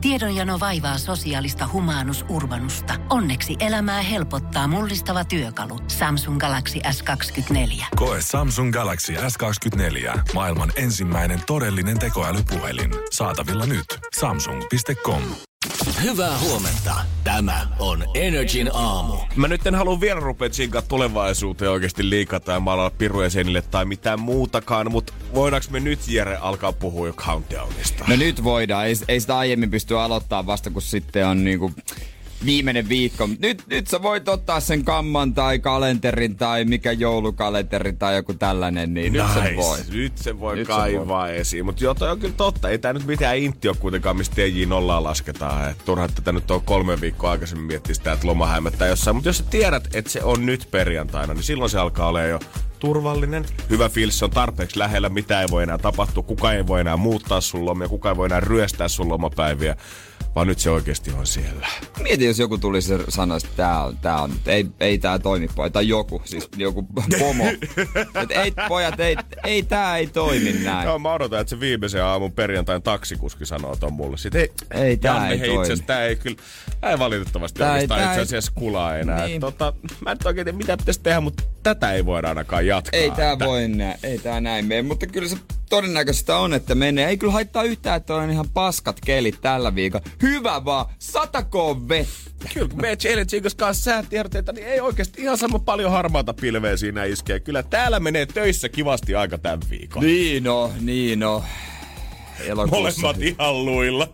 Tiedonjano vaivaa sosiaalista humanus urbanusta. Onneksi elämää helpottaa mullistava työkalu. Samsung Galaxy S24. Koe Samsung Galaxy S24. Maailman ensimmäinen todellinen tekoälypuhelin. Saatavilla nyt. Samsung.com. Hyvää huomenta. Tämä on Energin aamu. Mä nyt en halua vielä rupea tsinkaa tulevaisuuteen oikeasti liikata ja maalalla piruja seinille tai mitään muutakaan, mutta voidaanko me nyt, Jere, alkaa puhua jo countdownista? No nyt voidaan. Ei sitä aiemmin pysty aloittamaan vasta, kun sitten on niinku viimeinen viikko. Nyt sä voit ottaa sen kamman tai kalenterin tai mikä joulukalenteri tai joku tällainen, niin nyt se voi. Nyt se voi kaivaa esiin. Mutta joo, toi on kyllä totta. Ei tää nyt mitään intti ole kuitenkaan, mistä TJ nollaa lasketaan. Et turha tätä nyt on 3 viikkoa aikaisemmin miettiä sitä, että loma hämättää jossain. Mutta jos sä tiedät, että se on nyt perjantaina, niin silloin se alkaa olemaan jo turvallinen. Hyvä fiilis, se on tarpeeksi lähellä, mitä ei voi enää tapahtua. Kuka ei voi enää muuttaa sun lomia, kuka ei voi enää ryöstää sun lomapäiviä. Vaan nyt se oikeesti on siellä. Mieti, jos joku tulisi ja sanoisi, että ei tää toimi, tai joku pomo. Ei pojat, tää ei toimi näin. Joo, mä odotan, että se viimeisen aamun perjantain taksikuski sanoo ton mulle. Sitten ei tää Janne, ei toimi. Itse asiassa tää ei kyllä, ei valitettavasti oikeastaan itse asiassa kulaa enää. Niin. Mä en oikein tiedä, mitä pitäisi tehdä, mutta tätä ei voida ainakaan jatkaa. Ei tää näin mene, mutta kyllä se todennäköistä on, että menee. Ei kyllä haittaa yhtään, että on ihan paskat kelit tällä viikolla. Hyvä vaan, satakoon vettä. Kyllä, kun meidän Challenge kanssa säätiedotteita, niin ei oikeasti ihan sama paljon harmaata pilveä siinä iskee. Kyllä täällä menee töissä kivasti aika tämän viikon. Niin no. Molemmat ihan luilla.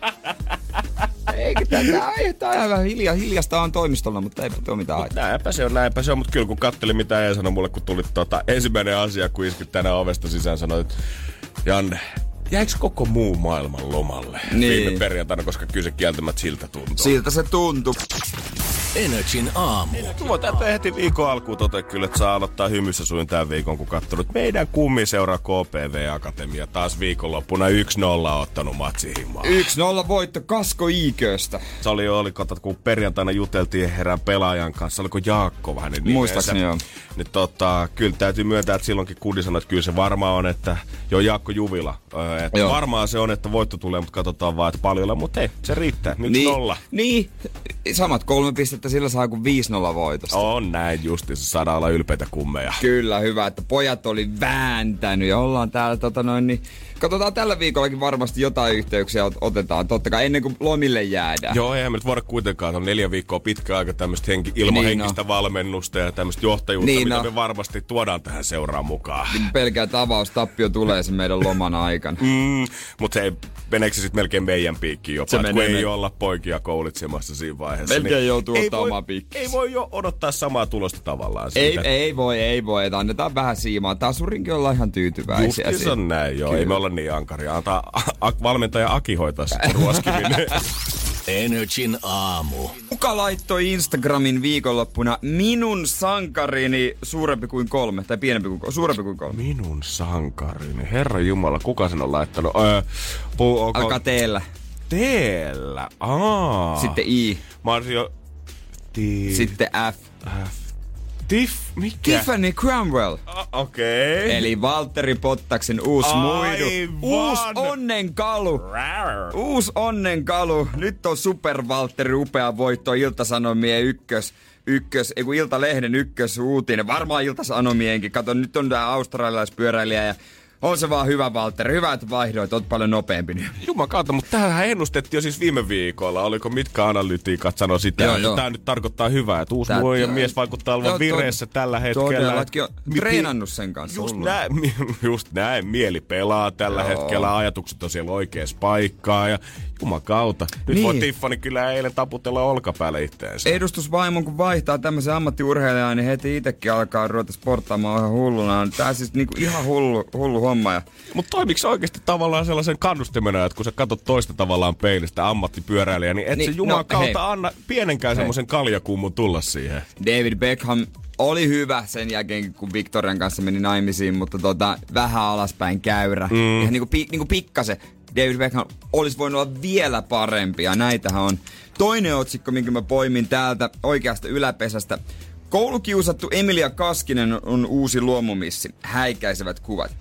Eikö tää on ihan hiljasta on toimistolla, mutta eipä tuo mitään haittaa. Näinpä se on, mutta kyllä kun kattelin mitä ei sano mulle, kun tuli ensimmäinen asia, kun iskit tänään ovesta sisään, sanoi, että Janne, jäikö koko muu maailman lomalle viime perjantaina, koska kyllä se kieltämättä siltä tuntuu. Siltä se tuntuu. Energin aamu. Voi tätä heti viikon alkuun kyllä, että saa aloittaa hymyssä suin tämän viikon, kun katsonut meidän kummiseura KPV Akatemia taas viikonloppuna 1-0 ottanut matsihimaa. 1-0 voitto Kasko Iiköstä. Se oli kun perjantaina juteltiin erään pelaajan kanssa, oliko Jaakko hänen nimensä. Muistaakseni joo. Nyt kyllä täytyy myöntää, että silloinkin Kudi sanoi, että kyllä se varmaan on, että Jaakko Juvila. Että varmaan se on, että voitto tulee, mutta katsotaan vaan, että paljolla, mutta hei, se riittää. 1-0. Niin, samat 3 pistettä sillä saa kuin 5-0 voitosta. On näin justiinsa, saadaan olla ylpeitä kummeja. Kyllä, hyvä, että pojat oli vääntänyt ja ollaan täällä niin katsotaan tällä viikollakin varmasti jotain yhteyksiä otetaan, totta kai ennen kuin lomille jäädään. Joo, eihän me nyt voida kuitenkaan, on 4 viikkoa pitkä aika tämmöistä ilmahenkistä valmennusta ja tämmöistä johtajuutta, mitä me varmasti tuodaan tähän seuraan mukaan. Pelkää tavaustappio tulee se meidän loman aikana. Mutta meneekö se sitten melkein meidän piikkiin jopa, kun ei olla poikia koulitsemassa siinä vaiheessa. Melkein joutuu ottaa omaa piikkiä. Ei voi jo odottaa samaa tulosta tavallaan. Ei voi, että annetaan vähän siimaa. Tasurinkin ollaan ihan tyytyväisiä. Justiin on näin, joo. Kyllä. Ei me olla niin ankaria. Antaa valmentaja Aki hoitaa sitten ruoskiminen. Energin aamu. Kuka laittoi Instagramin viikonloppuna minun sankarini suurempi kuin 3 tai pienempi kuin suurempi kuin 3? Minun sankarini. Herra Jumala, kuka sen on laittanut? Alkaa teellä. Teellä? Sitten I. Mä olisin jo... Sitten F. Mikä? Tiffany Cromwell. Okei. Eli Valtteri Bottaksen uusi muidu. Uusi onnenkalu. Nyt on Super Valtteri upea voitto Ilta-Sanomien Iltalehden ykkösuutinen. Varmaan Ilta-Sanomienkin. Kato, nyt on tää australialaispyöräilijä ja on se vaan hyvä, Valtteri. Hyvä, että vaihdoit. Oot paljon nopeampi nyt. Jumakauta, mutta tämähän ennustettiin jo siis viime viikolla. Oliko mitkä analytiikat sanoi sitä, että tämä nyt tarkoittaa hyvää. Että uusi mies vaikuttaa olevan vireessä tällä hetkellä. Todellakin on treenannut sen kanssa. Just näin. Mieli pelaa tällä hetkellä. Ajatukset on siellä oikeassa paikkaa. Ja jumakauta. Nyt voi Tiffany kyllä eilen taputella olkapäälle itteensä. Edustusvaimon kun vaihtaa tämmöisen ammattiurheilijan, niin heti itsekin alkaa ruveta sporttaamaan ihan hulluna. Tää siis niinku ihan hullu homma. Mutta toimiko se oikeasti tavallaan sellaisen kannustimena, että kun sä katsot toista tavallaan peilistä ammattipyöräilijä, niin et se jumakauta anna pienenkään semmoisen kaljakummun tulla siihen. David Beckham oli hyvä sen jälkeen, kun Victorian kanssa meni naimisiin, mutta vähän alaspäin käyrä. Ihan niinku pikkasen. David Beckham olisi voinut olla vielä parempi, ja näitähän on. Toinen otsikko, minkä mä poimin täältä oikeasta yläpesästä. Koulukiusattu Emilia Kaskinen on uusi luomumissi. Häikäisevät kuvat.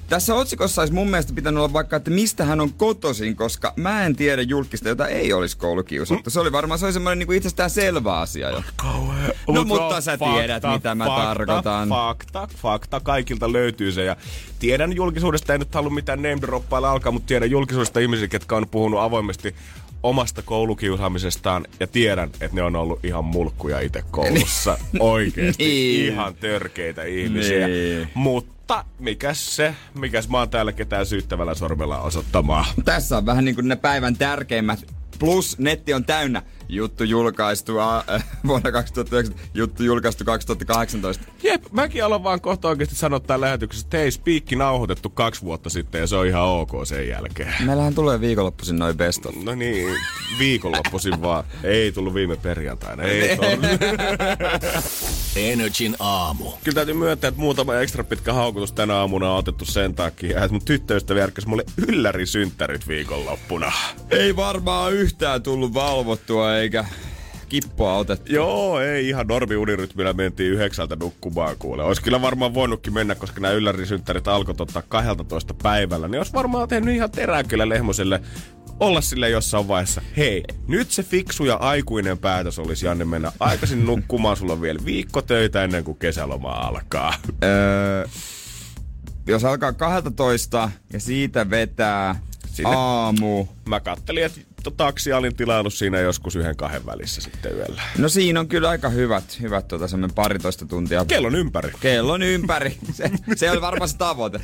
Tässä otsikossa olisi mun mielestä pitänyt olla vaikka, että mistä hän on kotoisin, koska mä en tiedä julkista, jota ei olisi koulukiusattu. Se oli semmoinen niin kuin itsestään selvä asia jo. No mutta sä tiedät, mitä mä tarkoitan. Fakta. Kaikilta löytyy se. Ja tiedän julkisuudesta, en nyt halua mitään name-droppailla alkaa, mutta tiedän julkisuudesta ihmisiä, ketkä on puhunut avoimesti omasta koulukiusaamisestaan ja tiedän, että ne on ollut ihan mulkkuja itse koulussa. Oikeesti. Niin. Ihan törkeitä ihmisiä. Niin. Mutta mikäs mä oon täällä ketään syyttävällä sormella osoittamaan. Tässä on vähän niin kuin ne päivän tärkeimmät. Plus netti on täynnä. Juttu julkaistu vuonna 2009, juttu julkaistu 2018. Jep, mäkin aloin vaan kohta oikeasti sanoa tämän lähetyksessä, että hei, spiikki nauhoitettu 2 vuotta sitten ja se on ihan ok sen jälkeen. Meillähän tulee viikonloppuisin noin best of. No niin, viikonloppuisin vaan. Ei tullut viime perjantaina, ei tullut. Energin aamu. Kyllä täytyy myöntää, että muutama ekstra pitkä haukutus tänä aamuna on otettu sen takia, että mun tyttöystävä järkkäsi mulle yllärisynttärit viikonloppuna. Ei varmaan yhtään tullut valvottua eikä kippoa otettu. Joo, ei ihan normi-unirytmillä mentiin 9 nukkumaan kuule. Ois kyllä varmaan voinutkin mennä, koska nämä yllärisynttärit alkoi 12 päivällä. Niin ois varmaan tehnyt ihan terää kyllä Lehmoselle olla sille jossain vaiheessa. Hei, nyt se fiksu ja aikuinen päätös olisi, Janne, mennä aikaisin nukkumaan. Sulla on vielä viikko töitä ennen kuin kesäloma alkaa. Jos alkaa 12 ja siitä vetää aamu. Mä kattelin, että taksia olin tilaillut siinä joskus 1-2 välissä sitten yöllä. No siinä on kyllä aika hyvät semmoinen 12 tuntia. Kellon ympäri. Se oli varmaan se tavoite.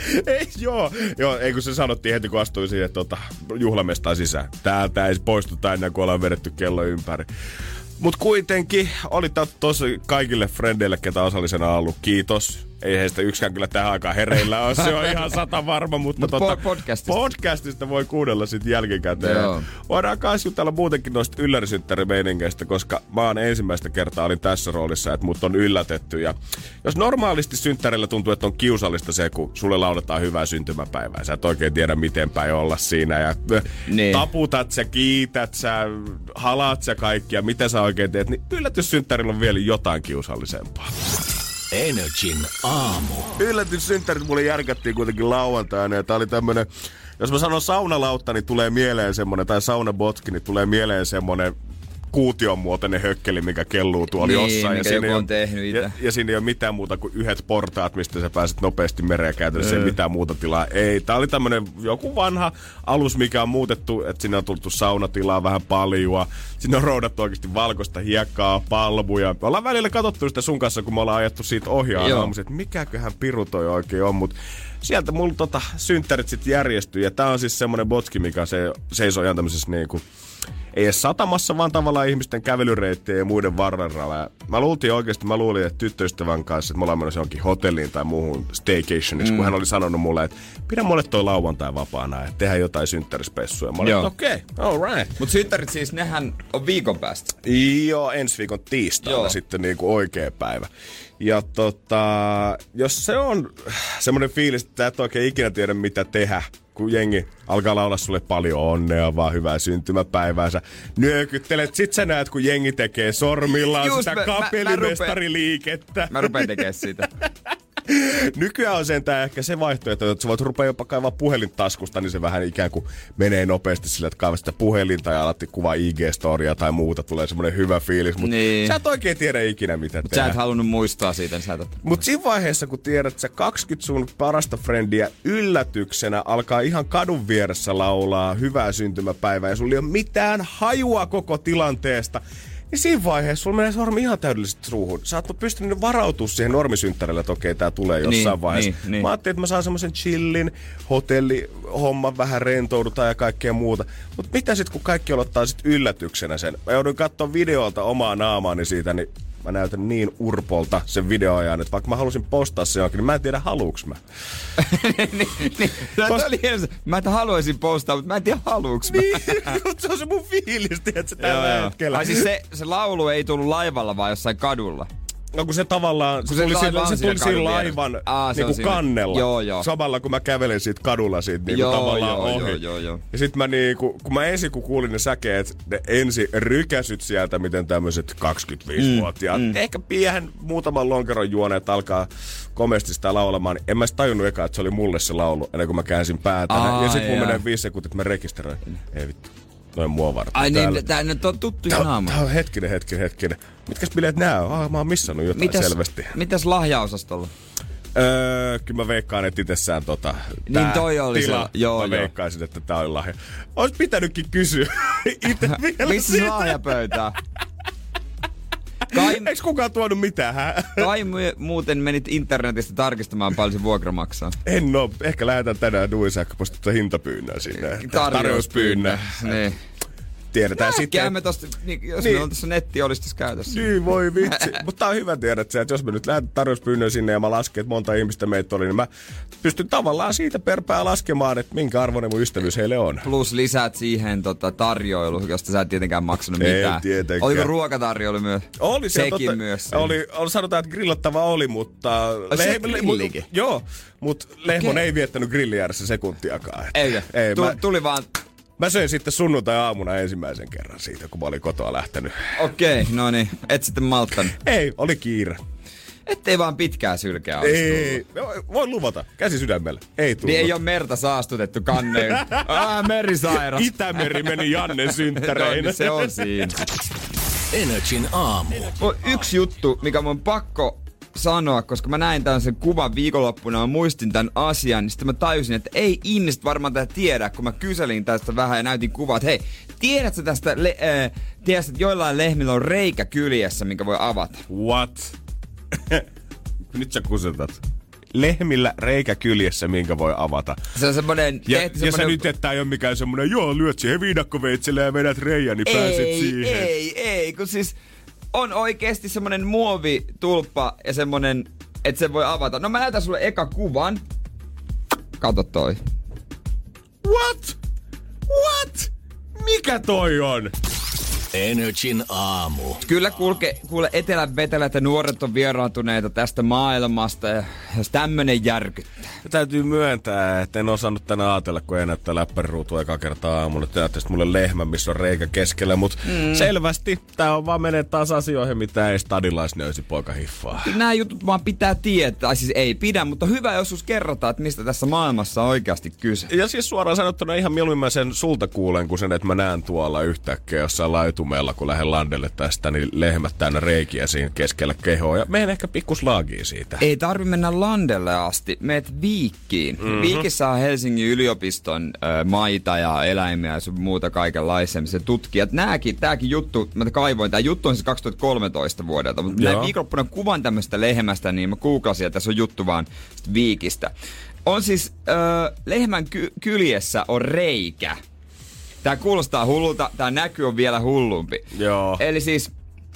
Ei kun se sanottiin heti kun astui siihen juhlamestaan sisään. Täältä ei poistuta ennen kuin ollaan vedetty kello ympäri. Mut kuitenkin oli tosi kaikille frendeille, ketä osallisena on ollut. Kiitos. Ei heistä yksikään kyllä tähän aikaan hereillä ole, se on ihan 100 varma, mutta podcastista voi kuunnella sitten jälkikäteen. Voidaan kans jutella muutenkin noista yllärisynttärimeiningeistä, koska mä oon ensimmäistä kertaa olin tässä roolissa, että mut on yllätetty. Ja jos normaalisti synttärillä tuntuu, että on kiusallista se, kun sulle lauletaan hyvää syntymäpäivää, sä et oikein tiedä miten päin olla siinä ja taputat sä, kiität sä, halaat sä kaikkia, mitä sä oikein teet, niin yllätyssynttärillä on vielä jotain kiusallisempaa. Energin aamu. Yllätyssynttärit mulle järkättiin kuitenkin lauantaina ja tää oli tämmönen, jos mä sanon saunalautta, niin tulee mieleen semmonen, tai saunabotki, niin tulee mieleen semmonen kuution muotoinen hökkeli, mikä kelluu tuolla jossain. Ja siinä, on tehnyt ja siinä ei ole mitään muuta kuin yhdet portaat, mistä sä pääset nopeasti mereen käytännössä. Ei mitään muuta tilaa. Ei, tää oli tämmönen joku vanha alus, mikä on muutettu, että sinne on tultu saunatilaa vähän paljua. Sinne on roudattu oikeasti valkoista hiekkaa, palmuja. Me ollaan välillä katsottu sitä sun kanssa, kun me ollaan ajettu siitä ohjaan aamuisin, että mikäköhän piru toi oikein on, mut sieltä mulla synttärit sit järjestyy. Ja tää on siis semmonen botski, mikä seisoo ihan tämmöisessä niinku ei edes satamassa, vaan tavallaan ihmisten kävelyreittejä ja muiden varrella. Mä luulin, että tyttöystävän kanssa, että me ollaan menossa johonkin hotelliin tai muuhun staycationiksi, kun hän oli sanonut mulle, että pidä mulle toi lauantai vapaana ja tehdään jotain synttärispessua. Mä olin, että okei, alright. Mut synttärit siis, nehän on viikon päästä. Joo, ensi viikon tiistaina sitten niinku oikea päivä. Ja jos se on semmoinen fiilis, että et oikein ikinä tiedä mitä tehdä, kun jengi alkaa laulaa sulle paljon onnea, vaan hyvää syntymäpäivää. Sä nyökyttelet, sit sä näet, kun jengi tekee sormillaan sitä kapellimestariliikettä. Mä rupean tekemään sitä. Nykyään on sentään ehkä se vaihtoehto, että sä voit rupea jopa kaivaa puhelin taskusta, niin se vähän ikään kuin menee nopeasti sillä, että kaivaa sitä puhelinta ja alatti kuvaa IG-storia tai muuta, tulee semmoinen hyvä fiilis, mutta sä et oikein tiedä ikinä mitä tehdä. Sä et halunnut muistaa siitä. Mutta siinä vaiheessa, kun tiedät, että sä 20 sun parasta frendiä yllätyksenä alkaa ihan kadun vieressä laulaa hyvää syntymäpäivää ja sulla ei ole mitään hajua koko tilanteesta, niin siinä vaiheessa sulla menee sormi ihan täydellisesti suuhun. Sä oot pystynyt varautumaan siihen normisynttärille, että okei, tää tulee jossain vaiheessa. Niin. Mä ajattelin, että mä saan semmoisen chillin, hotellihomman, vähän rentoudutaan ja kaikkea muuta. Mutta mitä sit, kun kaikki aloittaa sit yllätyksenä sen? Mä joudun katsoa videolta omaa naamaani siitä, niin mä näytän niin urpolta sen videoajan, että vaikka mä halusin postaa se jonkin, niin mä en tiedä haluuks mä. Mä et haluaisin postaa, mutta mä en tiedä haluuks mä. Niin, se on se mun fiilis, että se tällä hetkellä. Ai siis se laulu ei tullut laivalla, vaan jossain kadulla. No kun se tavallaan, se tuli sillä aivan niinku kannella. Joo. Samalla kun mä kävelen siitä kadulla siitä niinku tavallaan ohi. Joo. Ja sit mä niinku, kun mä ensin kun kuulin ne säkeet, ne ensin rykäsyt sieltä, miten tämmöiset 25-vuotiaat. Ehkä piehen muutaman lonkeron juoneet alkaa komeasti sitä laulamaan. En mä sit tajunnut eka, että se oli mulle se laulu, ennen kuin mä käänsin päätä. Ja sit mun menee 5 sekuntia, että mä rekisteröin. Ei vittu. Noin mua varten. Ai niin, tää on tuttuja naamoja. Tää on hetkinen. Mitkäs bileet nää on? Mä oon missannut jotain selvästi. Mitäs lahjaosastolla? Kyllä mä veikkaan, että itsessään niin toi oli tila, se. Joo. Mä veikkaisin, että tää oli lahja. Ois pitänytkin kysyä itse vielä. Missä se lahjapöytää? Eiks kukaan tuonut mitään? Kai muuten menit internetistä tarkistamaan paljon se vuokra maksaa. En oo. Ehkä lähetän tänään duisähköpostista hintapyynnöä sinne. Tarjouspyynnöä. Niin. Tiedetään sitten. Käymme tosta, jos meillä on tässä netti, olisi tässä käytössä. Niin, voi vitsi. Mutta tää on hyvä tiedä, että jos me nyt lähdetään tarjouspyynnöön sinne ja mä lasken, että monta ihmistä meitä oli, niin mä pystyn tavallaan siitä per pää laskemaan, että minkä arvoinen mun ystävyys heille on. Plus lisäät siihen tarjoilu, josta sä et tietenkään maksanut mitään. Ei tietenkään. Oliko ruokatarjoilu myös? Oli se. Sekin myös. Oli sanotaan, että grillattava oli, mutta... Joo, mutta Lehmon ei viettänyt grillin ääressä sekuntiakaan. Eikö? Ei, tuli vaan... Mä söin sitten sunnuntai-aamuna ensimmäisen kerran siitä, kun mä olin kotoa lähtenyt. Okei, no niin. Et sitten malttanut? Ei, oli kiire. Ettei vaan pitkää sylkeä ei, voin luvata. Käsi sydämellä. Ei tullut. Niin ei ole merta saastutettu kanneen. Merisairas. Itämeri meni Jannen synttäreinä. No, se on siinä. Energin aamu. Yksi juttu, mikä mun pakko sanoa, koska mä näin tällaisen kuvan viikonloppuna ja muistin tämän asian, niin sitten mä tajusin, että ei ihmiset varmaan tätä tiedä, kun mä kyselin tästä vähän ja näytin kuvat. Hei, tiedätkö tästä, tiedätkö, että joillain lehmillä on reikä kyljessä, minkä voi avata? What? Nyt sä kusetat. Lehmillä reikä kyljessä, minkä voi avata. Se on semmonen... Ja sä nyt, että ei ole mikään semmonen, joo, lyöt siihen viidakkoveitsellä ja vedät reijän, niin pääset siihen. Ei, kun siis... On oikeesti semmonen muovitulppa ja semmonen, että se voi avata. No mä näytän sulle eka kuvan. Kato toi. What? Mikä toi on? Energin aamu. Kyllä kuule etelän vetelät ja nuoret on vieraantuneita tästä maailmasta ja jos tämmönen järkyttää. Täytyy myöntää, että en osannut tänään ajatella, kun ei näyttää läppäriruutua eka kertaa aamulla. Täytyy mulle lehmä, missä on reikä keskellä, mutta selvästi tää on vaan menee taas asioihin, mitä ei stadilaisnöysi poika hiffaa. Nämä jutut vaan pitää tietää, siis ei pidä, mutta hyvä joskus kerrotaan, että mistä tässä maailmassa on oikeasti kyse. Ja siis suoraan sanottuna ihan mieluummin mä sen sulta kuulen, kun sen, että mä näen tuolla yhtäkkiä jossain laitumella, kun lähden landelle tästä, niin lehmät täynnä reikiä siinä keskellä kehoa. Ja menen ehkä pikkuslaagiin siitä. Ei tarvi mennä landelle asti. Meet Viikkiin. Viikissä on Helsingin yliopiston maita ja eläimiä ja muuta kaikenlaisia, missä tutkijat. Tääkin juttu, mä kaivoin, tää juttu on siis 2013 vuodelta, mutta näin viikonloppuna kuvan tämmöstä lehmästä, niin mä googlasin, ja tässä on juttu vaan Viikistä. On siis, lehmän kyljessä on reikä. Tää kuulostaa hullulta, tää näky on vielä hullumpi. Joo. Eli siis,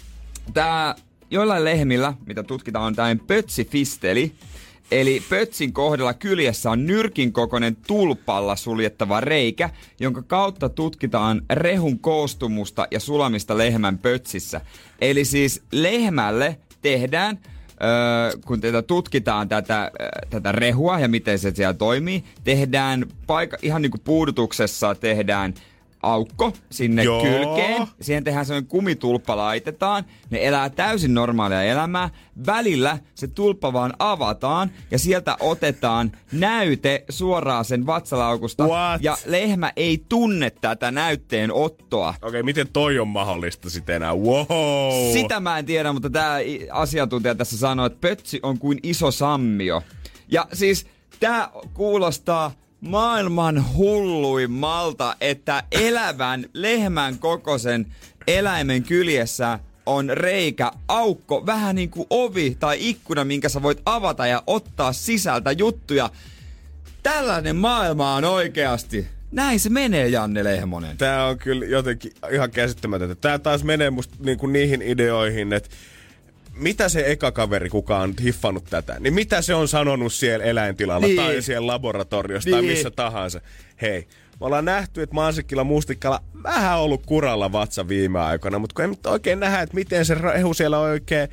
tää joillain lehmillä, mitä tutkitaan, on tämmöinen pötsifisteli. Eli pötsin kohdalla kyljessä on nyrkin kokoinen tulpalla suljettava reikä, jonka kautta tutkitaan rehun koostumusta ja sulamista lehmän pötsissä. Eli siis lehmälle tehdään, kun tutkitaan tätä rehua ja miten se siellä toimii, tehdään ihan niin kuin puudutuksessa tehdään aukko sinne kylkeen. Siihen tehdään sellainen kumitulppa laitetaan. Ne elää täysin normaalia elämää. Välillä se tulppa vaan avataan ja sieltä otetaan näyte suoraan sen vatsalaukusta. What? Ja lehmä ei tunne tätä näytteen ottoa. Okei, miten toi on mahdollista sitten enää? Wow! Sitä mä en tiedä, mutta tää asiantuntija tässä sanoo, että pötsi on kuin iso sammio. Ja siis tää kuulostaa maailman hulluimmalta, että elävän lehmän kokoisen eläimen kyljessä on reikä, aukko, vähän niin kuin ovi tai ikkuna, minkä sä voit avata ja ottaa sisältä juttuja. Tällainen maailma on oikeasti. Näin se menee, Janne Lehmonen. Tää on kyllä jotenkin ihan käsittämätöntä. Tää taas menee musta niinku niihin ideoihin, että mitä se eka kaveri, kuka on hiffannut tätä, niin mitä se on sanonut siellä eläintilalla tai siellä laboratoriossa tai missä tahansa. Hei, me ollaan nähty, että mansikkilla mustikkalla vähän ollut kuralla vatsa viime aikoina, mutta kun ei nyt oikein nähdä, että miten se rehu siellä oikein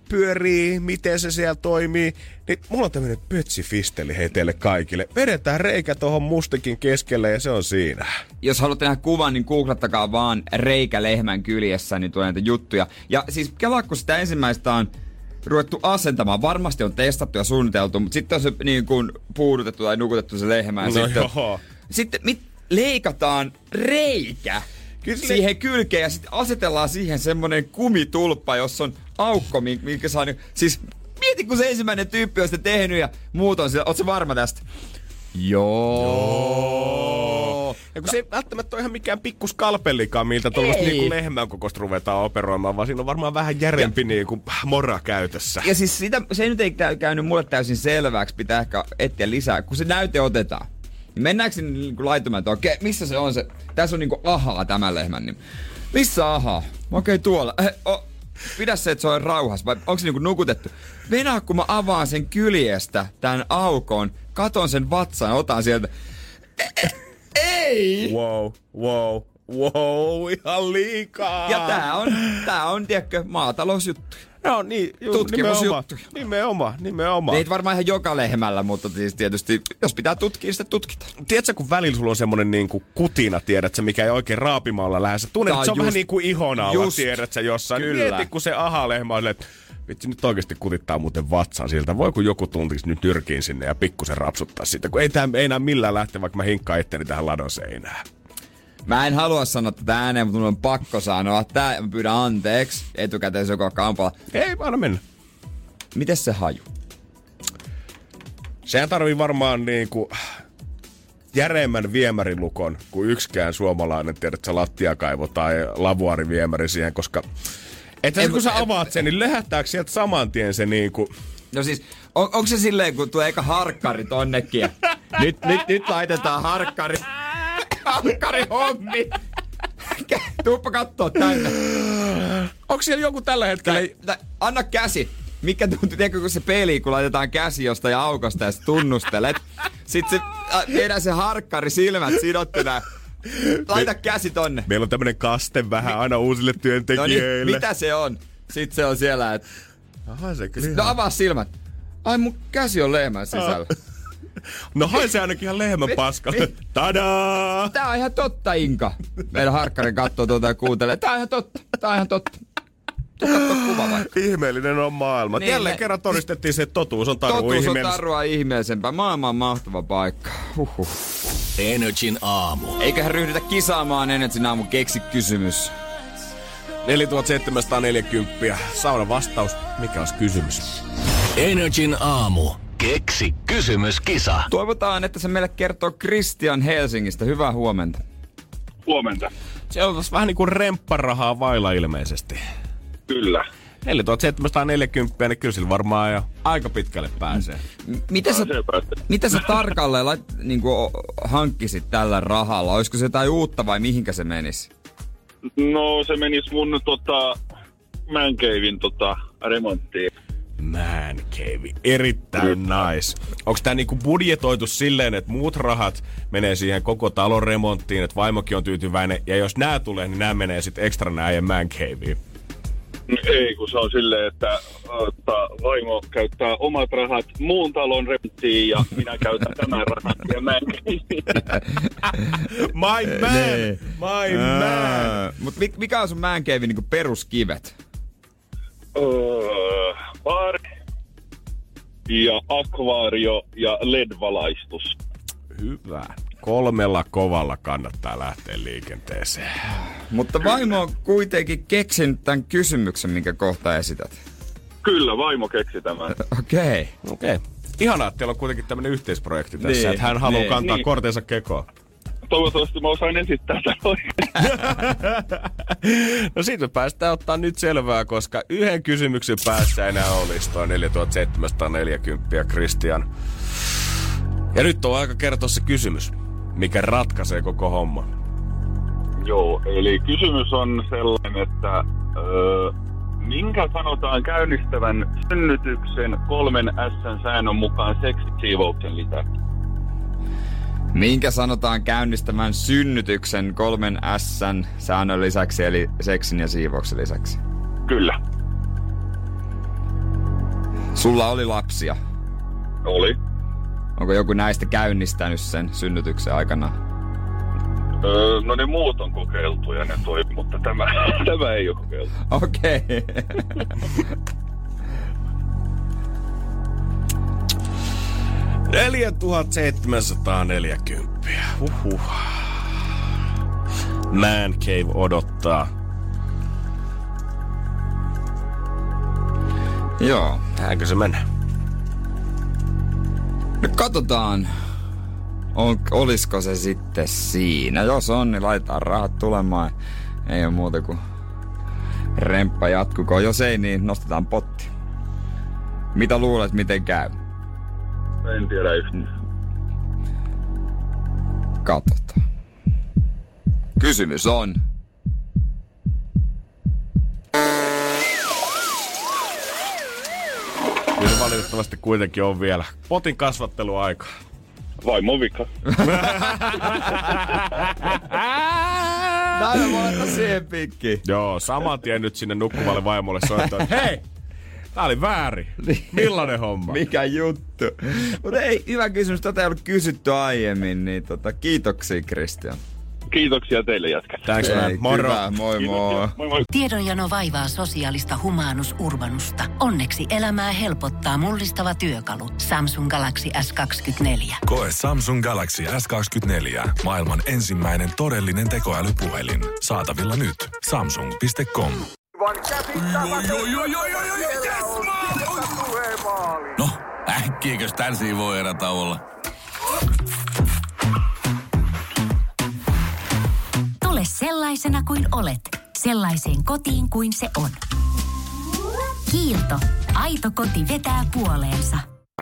pyörii, miten se siellä toimii. Niin mulla on tämmönen pötsifisteli hei teille kaikille. Vedetään reikä tohon mustikin keskelle ja se on siinä. Jos haluatte nähdä kuvan, niin googlattakaa vaan reikä lehmän kyljessä, niin tulee näitä juttuja. Ja siis kelaa, kun sitä ensimmäistä on ruvettu asentamaan. Varmasti on testattu ja suunniteltu, mutta sitten on se niin kuin puudutettu tai nukutettu se lehmä. Ja sitten leikataan reikä siihen kylkeen ja sitten asetellaan siihen semmonen kumitulppa, jossa on aukko, minkä saa niin... Siis mieti, kun se ensimmäinen tyyppi on sitä tehnyt ja muut on siellä. Ootko sä varma tästä? Joo. Ja kun se ei välttämättä ole ihan mikään pikkuskalpellikaan, miltä tuollaista niinku lehmän kokoista ruvetaan operoimaan, vaan siinä on varmaan vähän järempi niinku mora käytössä. Ja siis se nyt ei käynyt mulle täysin selväksi, pitää ehkä etsiä lisää, kun se näyte otetaan. Niin mennäänkö sinne niinku laitumaan, että okei, missä se on se? Tässä on niinku ahaa tämän lehmän nimi. Missä ahaa? Okei, tuolla. Pidä se, että se on rauhassa, vai onko se niinku nukutettu? Venää, kun mä avaan sen kyljestä tän aukon, katon sen vatsan, otan sieltä. Ei! Wow, ihan liikaa. Ja tää on, tiedätkö, maatalousjuttuja. No niin, tutkimusjuttuja. Nimenomaan. Ei varmaan ihan joka lehmällä, mutta siis tietysti, jos pitää tutkia, sitä tutkitaan. Tiedätkö, kun välillä sulla on semmonen niinku kutina, tiedätkö, mikä ei oikein raapimalla lähde. Sä tunnet, että se on vähän niin kuin ihon alla, tiedätkö, jossain. Kyllä. Mieti, kun se aha-lehmä on että vitsi, nyt oikeasti kutittaa muuten vatsan siltä. Voi kun joku tuntisi nyt nyrkiin sinne ja pikkusen rapsuttaa sitä, kun ei enää millään lähteä, vaikka mä hinkkaan itteni tähän ladon seinään. Mä en halua sanoa tätä ääneen, mutta mun on pakko sanoa tää. Mä pyydän anteeksi etukäteen joko kampalla. Ei, anna mennä. Mites se haju? Sehän tarvii varmaan niinku järeemmän viemärilukon kuin yksikään suomalainen, tiedätkö, lattiakaivo tai lavuaariviemäri siihen, koska kun sä avaat sen, niin lehättääkö sieltä saman tien se niinku... No siis, onko se silleen, kun tulee eikä harkkari tonnekin ja nyt laitetaan harkkari hommi. Tuuppa kattoo tänne. Onko siellä joku tällä hetkellä? Anna käsi. Mikä tuntuu, tiedätkö, kun se peli, kun laitetaan käsi jostain aukosta ja sä tunnustelet. Sitten se tehdään se harkkari silmät sidottuna. Laita käsi tonne. Meillä on tämmönen kaste vähän aina uusille työntekijöille. No niin, mitä se on? Sitten se on siellä, että... Aha, se kyllä. No avaa silmät. Ai mun käsi on lehmän sisällä. No haisee ainakin ihan lehmän paskalle. Tadaa! Tää on ihan totta, Inka. Meidän harkkari kattoo tuota ja kuuntelee. Tää on ihan totta. Kuva vaikka. Ihmeellinen on maailma. Niin, jälleen kerran todistettiin se, että totuus on tarua ihmeellisempää. Totuus on tarua ihmeellisempää. Maailman on mahtava paikka. Energin aamu. Eiköhän ryhdytä kisaamaan Energin aamu. Keksi kysymys. 4740. Sauna vastaus. Mikä olisi kysymys? Energin aamu. Keksi kysymys, kisa. Toivotaan, että se meille kertoo Christian Helsingistä. Hyvää huomenta. Huomenta. Se on vähän niin kuin rempparahaa vailla ilmeisesti. Kyllä. 4740, niin kyllä sillä varmaan jo aika pitkälle pääsee. Mitä sä tarkalleen niinku hankkisit tällä rahalla? Olisiko se jotain uutta vai mihinkä se menisi? No se menisi mun Man Caven remonttiin. Man Cave, erittäin nice. Onko tää niinku budjetoitu silleen, että muut rahat menee siihen koko talon remonttiin, että vaimokin on tyytyväinen, ja jos nää tulee, niin nää menee sit ekstra nää Man Caveen? Ei, kun se on silleen, että vaimo käyttää omat rahat muun talon remonttiin ja minä käytän tämän rahat ja Man Caveen. My man! Mut mikä on sun Man Caven niinku peruskivet? Baari ja akvaario ja LED-valaistus. Hyvä. 3 kovalla kannattaa lähteä liikenteeseen. Mutta vaimo on kuitenkin keksinyt tämän kysymyksen, minkä kohta esität. Kyllä, vaimo keksi tämän. Okei. Ihanaa, että teillä on kuitenkin tämmönen yhteisprojekti tässä, että hän haluaa kantaa kortensa kekoon. Toivottavasti mä osaan esittää tämän oikein. No siitä me päästään ottaa nyt selvää, koska yhden kysymyksen päässä enää olisi tuo 4740 Christian. Ja nyt on aika kertoa se kysymys, mikä ratkaisee koko homman. Joo, eli kysymys on sellainen, että minkä sanotaan käynnistävän synnytyksen 3 S-säännön mukaan seksisiivouksen lisäksi? Minkä sanotaan käynnistämään synnytyksen 3 S-säännön lisäksi, eli seksin ja siivouksen lisäksi? Kyllä. Sulla oli lapsia. Oli. Onko joku näistä käynnistänyt sen synnytyksen aikana? No ne muut on kokeiltu ja ne toimi, mutta tämä ei ole kokeiltu. Okei. $4 740. Man Cave odottaa. Joo. Tähänkö se menee? No katsotaan, olisiko se sitten siinä. Jos on, niin laitetaan rahat tulemaan. Ei ole muuta kuin remppa jatkukoon. Jos ei, niin nostetaan potti. Mitä luulet, miten käy? En tiedä yhtään. Katsotaan. Kysymys on... Kyllä valitettavasti kuitenkin on vielä potin kasvatteluaika. Vaimo vika. Näin voi siihen pikki. Joo, saman tien nyt sinne nukkuvalle vaimolle soittaa, että hei, tää oli väärin. Millainen homma? Mikä juttu? Mutta ei, hyvä kysymys. Tätä ei ollut kysytty aiemmin, niin kiitoksia Kristian. Kiitoksia teille jätkät. Thanks man. Moro. Hyvä, moi moi. Moi moi. Tiedonjano vaivaa sosiaalista humanus urbanusta. Onneksi elämää helpottaa mullistava työkalu. Samsung Galaxy S24. Koe Samsung Galaxy S24. Maailman ensimmäinen todellinen tekoälypuhelin. Saatavilla nyt. Samsung.com. No, äkkiäkös tän voi erätauolla? Tule sellaisena kuin olet, sellaiseen kotiin kuin se on. Kiilto. Aito koti vetää puoleensa.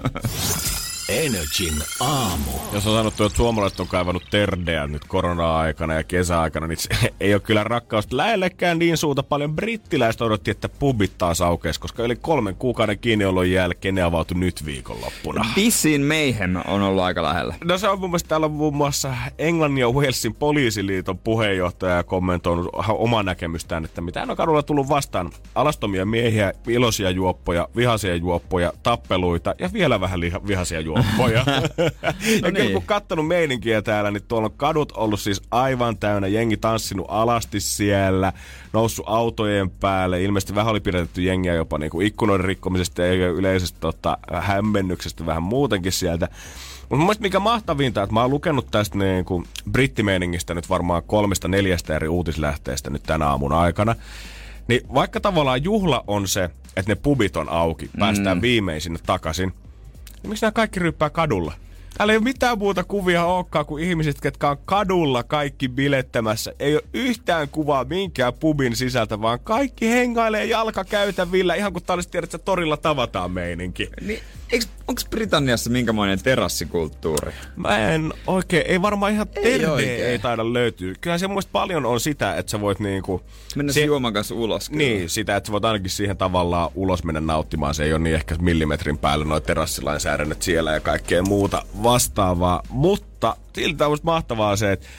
Energin aamu. Jos on sanottu, että suomalaiset on kaivannut terdeä nyt korona-aikana ja kesäaikana, niin se ei ole kyllä rakkausta lähellekään niin suuta. Paljon brittiläiset odotti, että pubit taas aukeisi, koska yli 3 kuukauden kiinniolon jälkeen ne avautui nyt viikonloppuna. Pissin Mayhem on ollut aika lähellä. No se on mun mielestä täällä muun muassa Englannin ja Walesin poliisiliiton puheenjohtaja kommentoinut omaa näkemystään, että mitään on kadulla tullut vastaan. Alastomia miehiä, iloisia juoppoja, vihaisia juoppoja, tappeluita ja vielä vähän vihaisia juoppoja. Ja kyllä kun kattonut meininkiä täällä, niin tuolla on kadut ollut siis aivan täynnä. Jengi tanssinut alasti siellä, noussut autojen päälle. Ilmeisesti vähän oli pidätetty jengiä jopa niin kuin ikkunoiden rikkomisesta ja yleisestä hämmennyksestä vähän muutenkin sieltä. Mutta mun mielestä mikä mahtavinta, että mä oon lukenut tästä niin kuin brittimeiningistä nyt varmaan 3-4 eri uutislähteestä nyt tänä aamun aikana. Niin vaikka tavallaan juhla on se, että ne pubit on auki, päästään viimein sinne takaisin. Ja miksi nämä kaikki ryyppää kadulla? Täällä ei ole mitään muuta kuvia olekaan kuin ihmiset, ketkä on kadulla kaikki bilettämässä. Ei ole yhtään kuvaa minkään pubin sisältä, vaan kaikki hengailee jalkakäytävillä, ihan kuin tää olisi tiedä, että torilla tavataan meininki. Niin, onko Britanniassa minkämoinen terassikulttuuri? Mä en oikein, ei varmaan ihan terveä ei taida löytyä. Kyllähän se mun mielestä paljon on sitä, että sä voit niinku... Mennä juoman kanssa ulos. Kyllä. Niin, sitä, että sä voit ainakin siihen tavallaan ulos mennä nauttimaan. Se ei ole niin ehkä millimetrin päällä noi terassilainsäädännöt siellä ja kaikkea muuta vastaavaa. Mutta siltä on musta mahtavaa se, että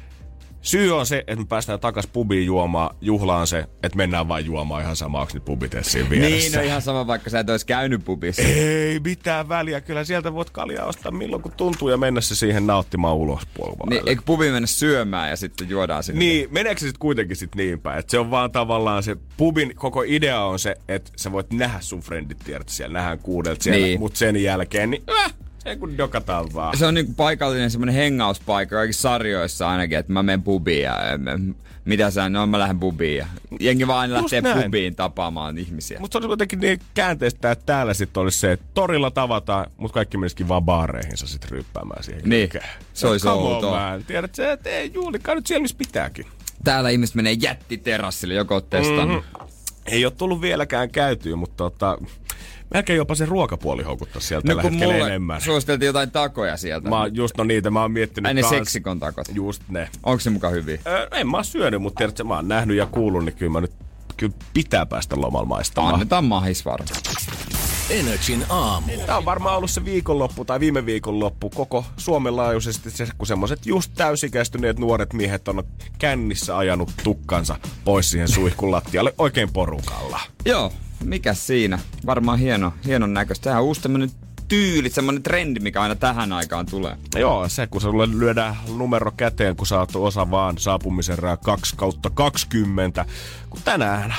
syy on se, että me päästään takas pubiin juomaan. Juhla on se, että mennään vain juomaan ihan sama, onko ne pubit siinä vieressä. Niin, no ihan sama, vaikka sä et ois käynyt pubissa. Ei mitään väliä. Kyllä sieltä voit kaljaa ostaa milloin kun tuntuu ja mennä se siihen nauttimaan ulospuolella. Niin, eikö pubiin mennä syömään ja sitten juodaan sinne? Niin, meneekö se sitten kuitenkin sit niin päin? Että se on vaan tavallaan se pubin koko idea on se, että sä voit nähdä sun friendit, tiedät siellä, nähdään 6 siellä, niin. Mutta sen jälkeen niin... Ei kun dokataan vaan. Se on niinku paikallinen semmonen hengauspaikka kaikissa sarjoissa ainakin, että mä menen pubiin ja mitä sä, no mä lähden pubiin ja jengi vaan aina lähtee pubiin tapaamaan ihmisiä. Mutta se olisi kuitenkin niin käänteistä, että täällä sitten olisi se, että torilla tavataan, mutta kaikki menisikin vaan baareihinsa sitten ryyppäämään siihen. Niin, se olisi outoa. Tiedät sä, että ei juulikaan nyt siellä missä pitääkin. Täällä ihmiset menee jättiterassille, joko oot testannut. Ei ole tullut vieläkään käytyä, mutta melkein jopa se ruokapuoli houkuttaa sieltä tällä hetkellä enemmän. No kun mulle suositeltiin jotain takoja sieltä. Niitä mä oon miettinyt ne seksikon takot. Just ne. Onko se mukaan hyviä? En mä oo syönyt, mutta tiedätkö, mä oon nähnyt ja kuullut, niin kyllä pitää päästä lomalla maistamaan. Annetaan mahis varmaan. Energin aamu. Tää on varmaan ollut se viikonloppu tai viime viikonloppu koko Suomen laajuisesti, kun semmoset just täysikäistyneet nuoret miehet on kännissä ajanut tukkansa pois siihen suihkun lattialle oikein porukalla. Joo. mikäs siinä? Varmaan hienon näköistä. Tämähän on uusi tämmönen tyyli, semmonen trendi, mikä aina tähän aikaan tulee. Joo, se kun sulle lyödään numero käteen, kun saat osa vaan saapumisen erää 2/20. Kun tänään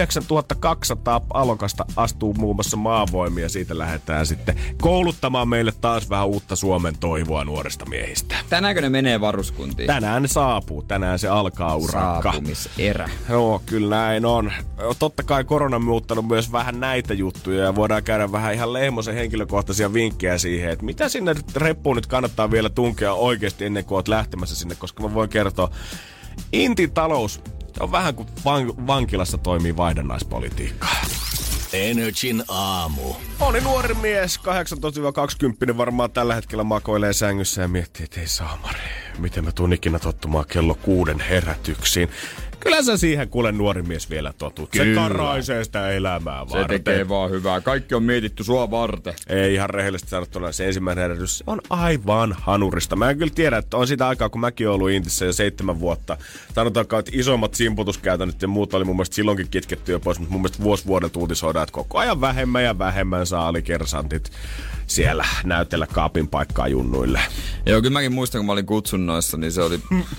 9200 alokasta astuu muun muassa maavoimia, siitä lähdetään sitten kouluttamaan meille taas vähän uutta Suomen toivoa nuorista miehistä. Tänäänkö ne menee varuskuntiin? Tänään ne saapuu, tänään se alkaa urakka. Saapumiserä. Joo, kyllä näin on. Totta kai korona on muuttanut myös vähän näitä juttuja ja voidaan käydä vähän ihan Lehmosen henkilökohtaisia vinkkejä siihen, että mitä sinne reppuun nyt kannattaa vielä tunkea oikeasti ennen kuin oot lähtemässä sinne, koska mä voin kertoa, Intin talous on vähän kuin vankilassa toimii vaihdannaispolitiikkaa. Energin aamu. Moni nuori mies, 18-20, varmaan tällä hetkellä makoilee sängyssä ja miettii, että ei saamari, miten mä tuun ikinä tottumaan kello 6 herätyksiin. Kyllä sä siihen kuule nuori mies vielä totut. Se karaisee sitä elämää varten. Se tekee vaan hyvää. Kaikki on mietitty sua varten. Ei ihan rehellisesti sanottuna. Se ensimmäinen herätys on aivan hanurista. Mä en kyllä tiedä, että on sitä aikaa, kun mäkin olen ollut Intissä jo 7 vuotta. Sanotaanko, että isommat simputuskäytännöt ja muut oli mun mielestä silloinkin kitketty jo pois, mutta mun mielestä vuodelta uutisoidaan, että koko ajan vähemmän ja vähemmän saa alikersantit siellä näytellä kaapin paikkaa junnuille. Joo, kyllä mäkin muistan, kun mä olin kutsunnoissa, niin se oli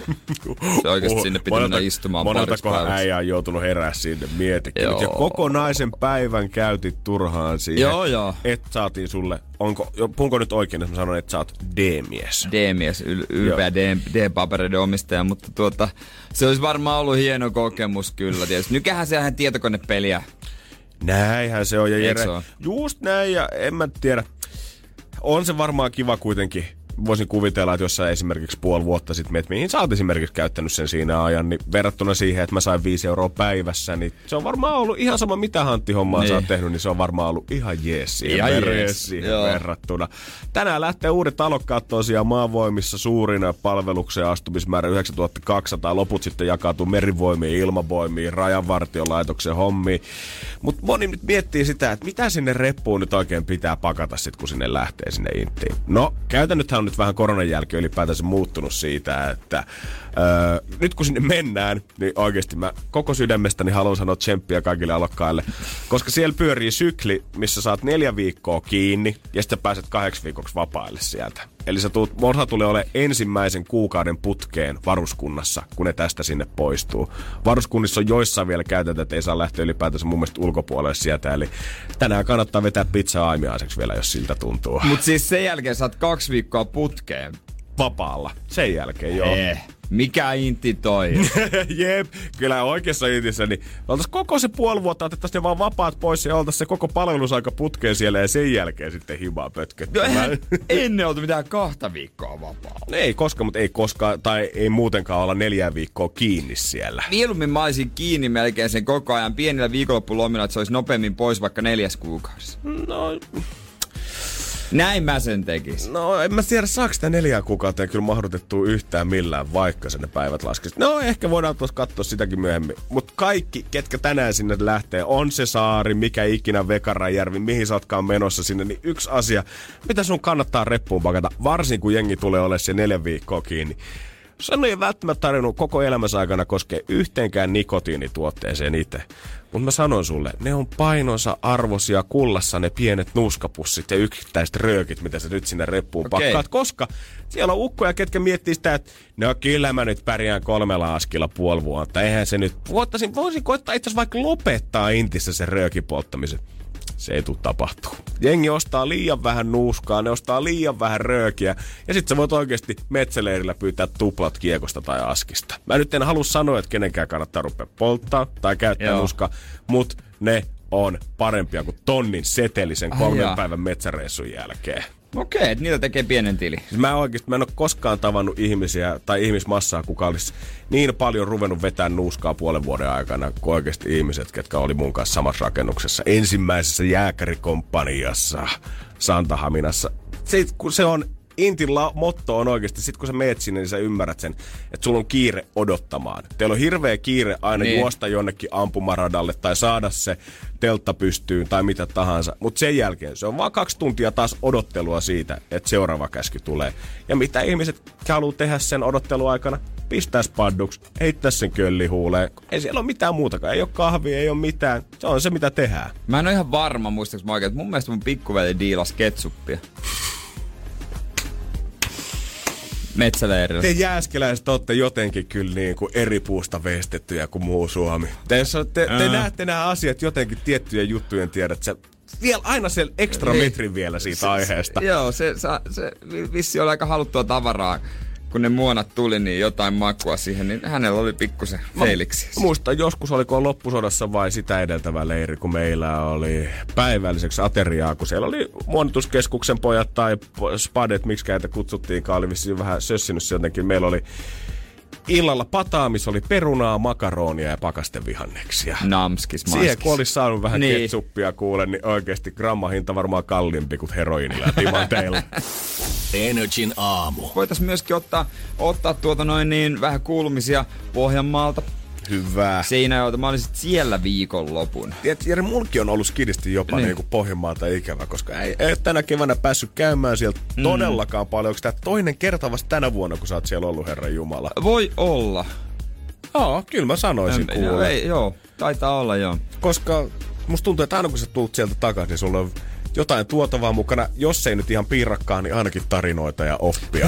se oikeasti sinne piti mennä istumaan pariksi päiväksi. Moneltakohan äijä on joutunut herää sinne mietikin. Ja kokonaisen päivän käytit turhaan siihen. Joo. Että saatiin sulle, puhunko nyt oikein, jos mä sanon, että sä oot D-mies? D-mies, ylpeä D-papereiden omistaja, mutta se olisi varmaan ollut hieno kokemus kyllä. Tietysti. Nykähän se ihan tietokonepeliä. Näinhän se on. Ja Jere, just näin, ja en mä tiedä. On se varmaan kiva kuitenkin. Voisin kuvitella, että jos sä esimerkiksi puoli vuotta sitten meet, mihin sä oot esimerkiksi käyttänyt sen siinä ajan, niin verrattuna siihen, että mä sain 5 euroa päivässä, niin se on varmaan ollut ihan sama, mitä Hantti-hommaa sä oot tehnyt, niin se on varmaan ollut ihan jees siihen verrattuna. Tänään lähtee uudet alokkaat tosiaan maavoimissa, suurin palveluksen astumismäärä 9200, loput sitten jakautuu merivoimiin, ilmavoimiin, rajanvartiolaitoksen hommiin. Mutta moni nyt miettii sitä, että mitä sinne reppuun nyt oikein pitää pakata sit, kun sinne lähtee sinne Inttiin. No, käytännöthän on nyt vähän koronan jälkeen ylipäätänsä muuttunut siitä, että nyt kun sinne mennään, niin oikeasti mä koko sydämestäni haluan sanoa tsemppiä kaikille alokkaille, koska siellä pyörii sykli, missä saat 4 viikkoa kiinni ja sitten pääset 8 viikoksi vapaalle sieltä. Eli osa tulee olemaan ensimmäisen kuukauden putkeen varuskunnassa, kun ne tästä sinne poistuu. Varuskunnissa on joissain vielä käytetään, että ei saa lähteä ylipäätänsä mun mielestä ulkopuolelle sieltä. Eli tänään kannattaa vetää pizzaa aamiaiseksi vielä, jos siltä tuntuu. Mut siis sen jälkeen saat 2 viikkoa putkeen. Vapaalla. Sen jälkeen, joo. Mikä intti toi? Jep, kyllä oikeassa intissä, niin oltais koko se puoli vuotta, otettaisiin ne vaan vapaat pois ja oltais se koko palvelusaika putkeen siellä ja sen jälkeen sitten himaa pötköttämään. Ennen oltu mitään 2 viikkoa vapaa. Ei koskaan, mutta ei koskaan, tai ei muutenkaan olla 4 viikkoa kiinni siellä. Mieluummin mä olisin kiinni melkein sen koko ajan pienillä viikonloppulomilla, että se olisi nopeammin pois vaikka 4 kuukaudessa. No... Näin mä sen tekisin. No en mä tiedä, saako sitä 4 kuukauteen kyllä mahdotettua yhtään millään, vaikka sen ne päivät laskisi. No ehkä voidaan tuossa katsoa sitäkin myöhemmin. Mutta kaikki, ketkä tänään sinne lähtee, on se saari, mikä ikinä Vekarajärvi, mihin sä ootkaan menossa sinne, niin yksi asia, mitä sun kannattaa reppuun pakata, varsin kun jengi tulee olemaan se 4 viikkoa kiinni. Sen ei välttämättä tarvinnut koko elämänsä aikana koskea yhteenkään nikotiinituotteeseen itse. Mutta mä sanon sulle, ne on painonsa arvoisia kullassa ne pienet nuuskapussit ja yksittäiset röökit, mitä sä nyt sinne reppuun pakkaat. Koska siellä on ukkoja, ketkä miettii sitä, että no kyllä mä nyt pärjään 3 askilla puoli vuotta. Eihän se nyt, voisin koittaa itse asiassa vaikka lopettaa Intissä sen röökin polttamisen. Se ei tule tapahtuu. Jengi ostaa liian vähän nuuskaa, ne ostaa liian vähän röökiä. Ja sit sä voit oikeesti metsäleirillä pyytää tuplat kiekosta tai askista. Mä nyt en halua sanoa, että kenenkään kannattaa rupea polttaa tai käyttää nuuskaa, mut ne on parempia kuin tonnin setelisen 3 päivän metsäreissun jälkeen. Okei, että niillä tekee pienen tili. Mä en ole koskaan tavannut ihmisiä tai ihmismassaa, kuka olisi niin paljon ruvennut vetää nuuskaa puolen vuoden aikana kuin oikeasti ihmiset, ketkä oli mun kanssa samassa rakennuksessa. Ensimmäisessä jääkärikomppaniassa Santahaminassa. Se on Intin motto on oikeasti, sit kun sä meet sinne, niin sä ymmärrät sen, että sulla on kiire odottamaan. Teillä on hirveä kiire aina juosta jonnekin ampumaradalle tai saada se teltta pystyyn tai mitä tahansa. Mutta sen jälkeen se on vaan 2 tuntia taas odottelua siitä, että seuraava käsky tulee. Ja mitä ihmiset haluaa tehdä sen odotteluaikana? Pistää spadduksi, heittää sen köllihuuleen. Ei siellä ole mitään muutakaan. Ei ole kahvia, ei ole mitään. Se on se, mitä tehdään. Mä en ole ihan varma, muistaaks mä oikein, että mun mielestä mun pikkuveli diilas ketsuppia. Metsäleirillä. Te jääskeläiset olette jotenkin kyllä niin kuin eri puusta veistettyjä kuin muu Suomi. Te näette nämä asiat jotenkin tiettyjen juttujen tiedät. Sä vielä aina siellä ekstra metrin vielä siitä aiheesta. Joo, se vissi oli aika haluttua tavaraa. Kun ne muonat tuli, niin jotain makua siihen, niin hänellä oli pikkusen feiliksi. Muistan joskus, oliko loppusodassa vai sitä edeltävä leiri, kun meillä oli päivälliseksi ateriaa, kun siellä oli muonituskeskuksen pojat tai spadet, miksi heitä kutsuttiinkaan, oli vissiin vähän sössinyt jotenkin. Meillä oli illalla pataamis, oli perunaa, makaronia ja pakastevihanneksia. Namskis, maskis. Siihen kun olisi saanut vähän ketsuppia kuulen, niin oikeasti grammahinta varmaan kalliimpi kuin heroinilla ja timanteilla. Energin aamu. Voitaisiin myöskin ottaa vähän kuulumisia Pohjanmaalta. Hyvä. Seinäjoelta. Mä olisin siellä viikonlopun. Tiedätkö, Jere, mulki on ollut skidisti jopa niin kuin Pohjanmaalta ikävä, koska ei tänä keväänä päässyt käymään sieltä todellakaan paljon. Onko tämä toinen kerta vasta tänä vuonna, kun sä oot siellä ollut, Herran Jumala? Voi olla. Joo, kyllä mä sanoisin kuule. Joo, taitaa olla joo. Koska musta tuntuu, että aina kun sä tulet sieltä takaisin, niin sulla on jotain tuotavaa mukana, jos ei nyt ihan piirakkaa, niin ainakin tarinoita ja oppia.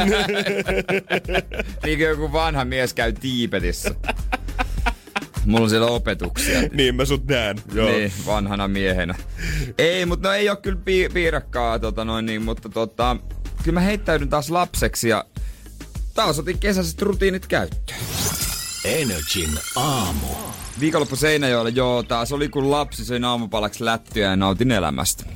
Niin kuin joku vanha mies käy Tiibetissä. Mulla on siellä opetuksia. Niin mä sut näen. Joo. Niin, vanhana miehenä. Ei, mutta no ei oo kyllä piirakkaa, mutta kyllä mä heittäydyn taas lapseksi ja taas otin kesäiset rutiinit käyttöön. Energin aamu. Viikonloppu Seinäjoella, joo, taas oli kun lapsi söin aamupalaksi lättyä ja nautin elämästä.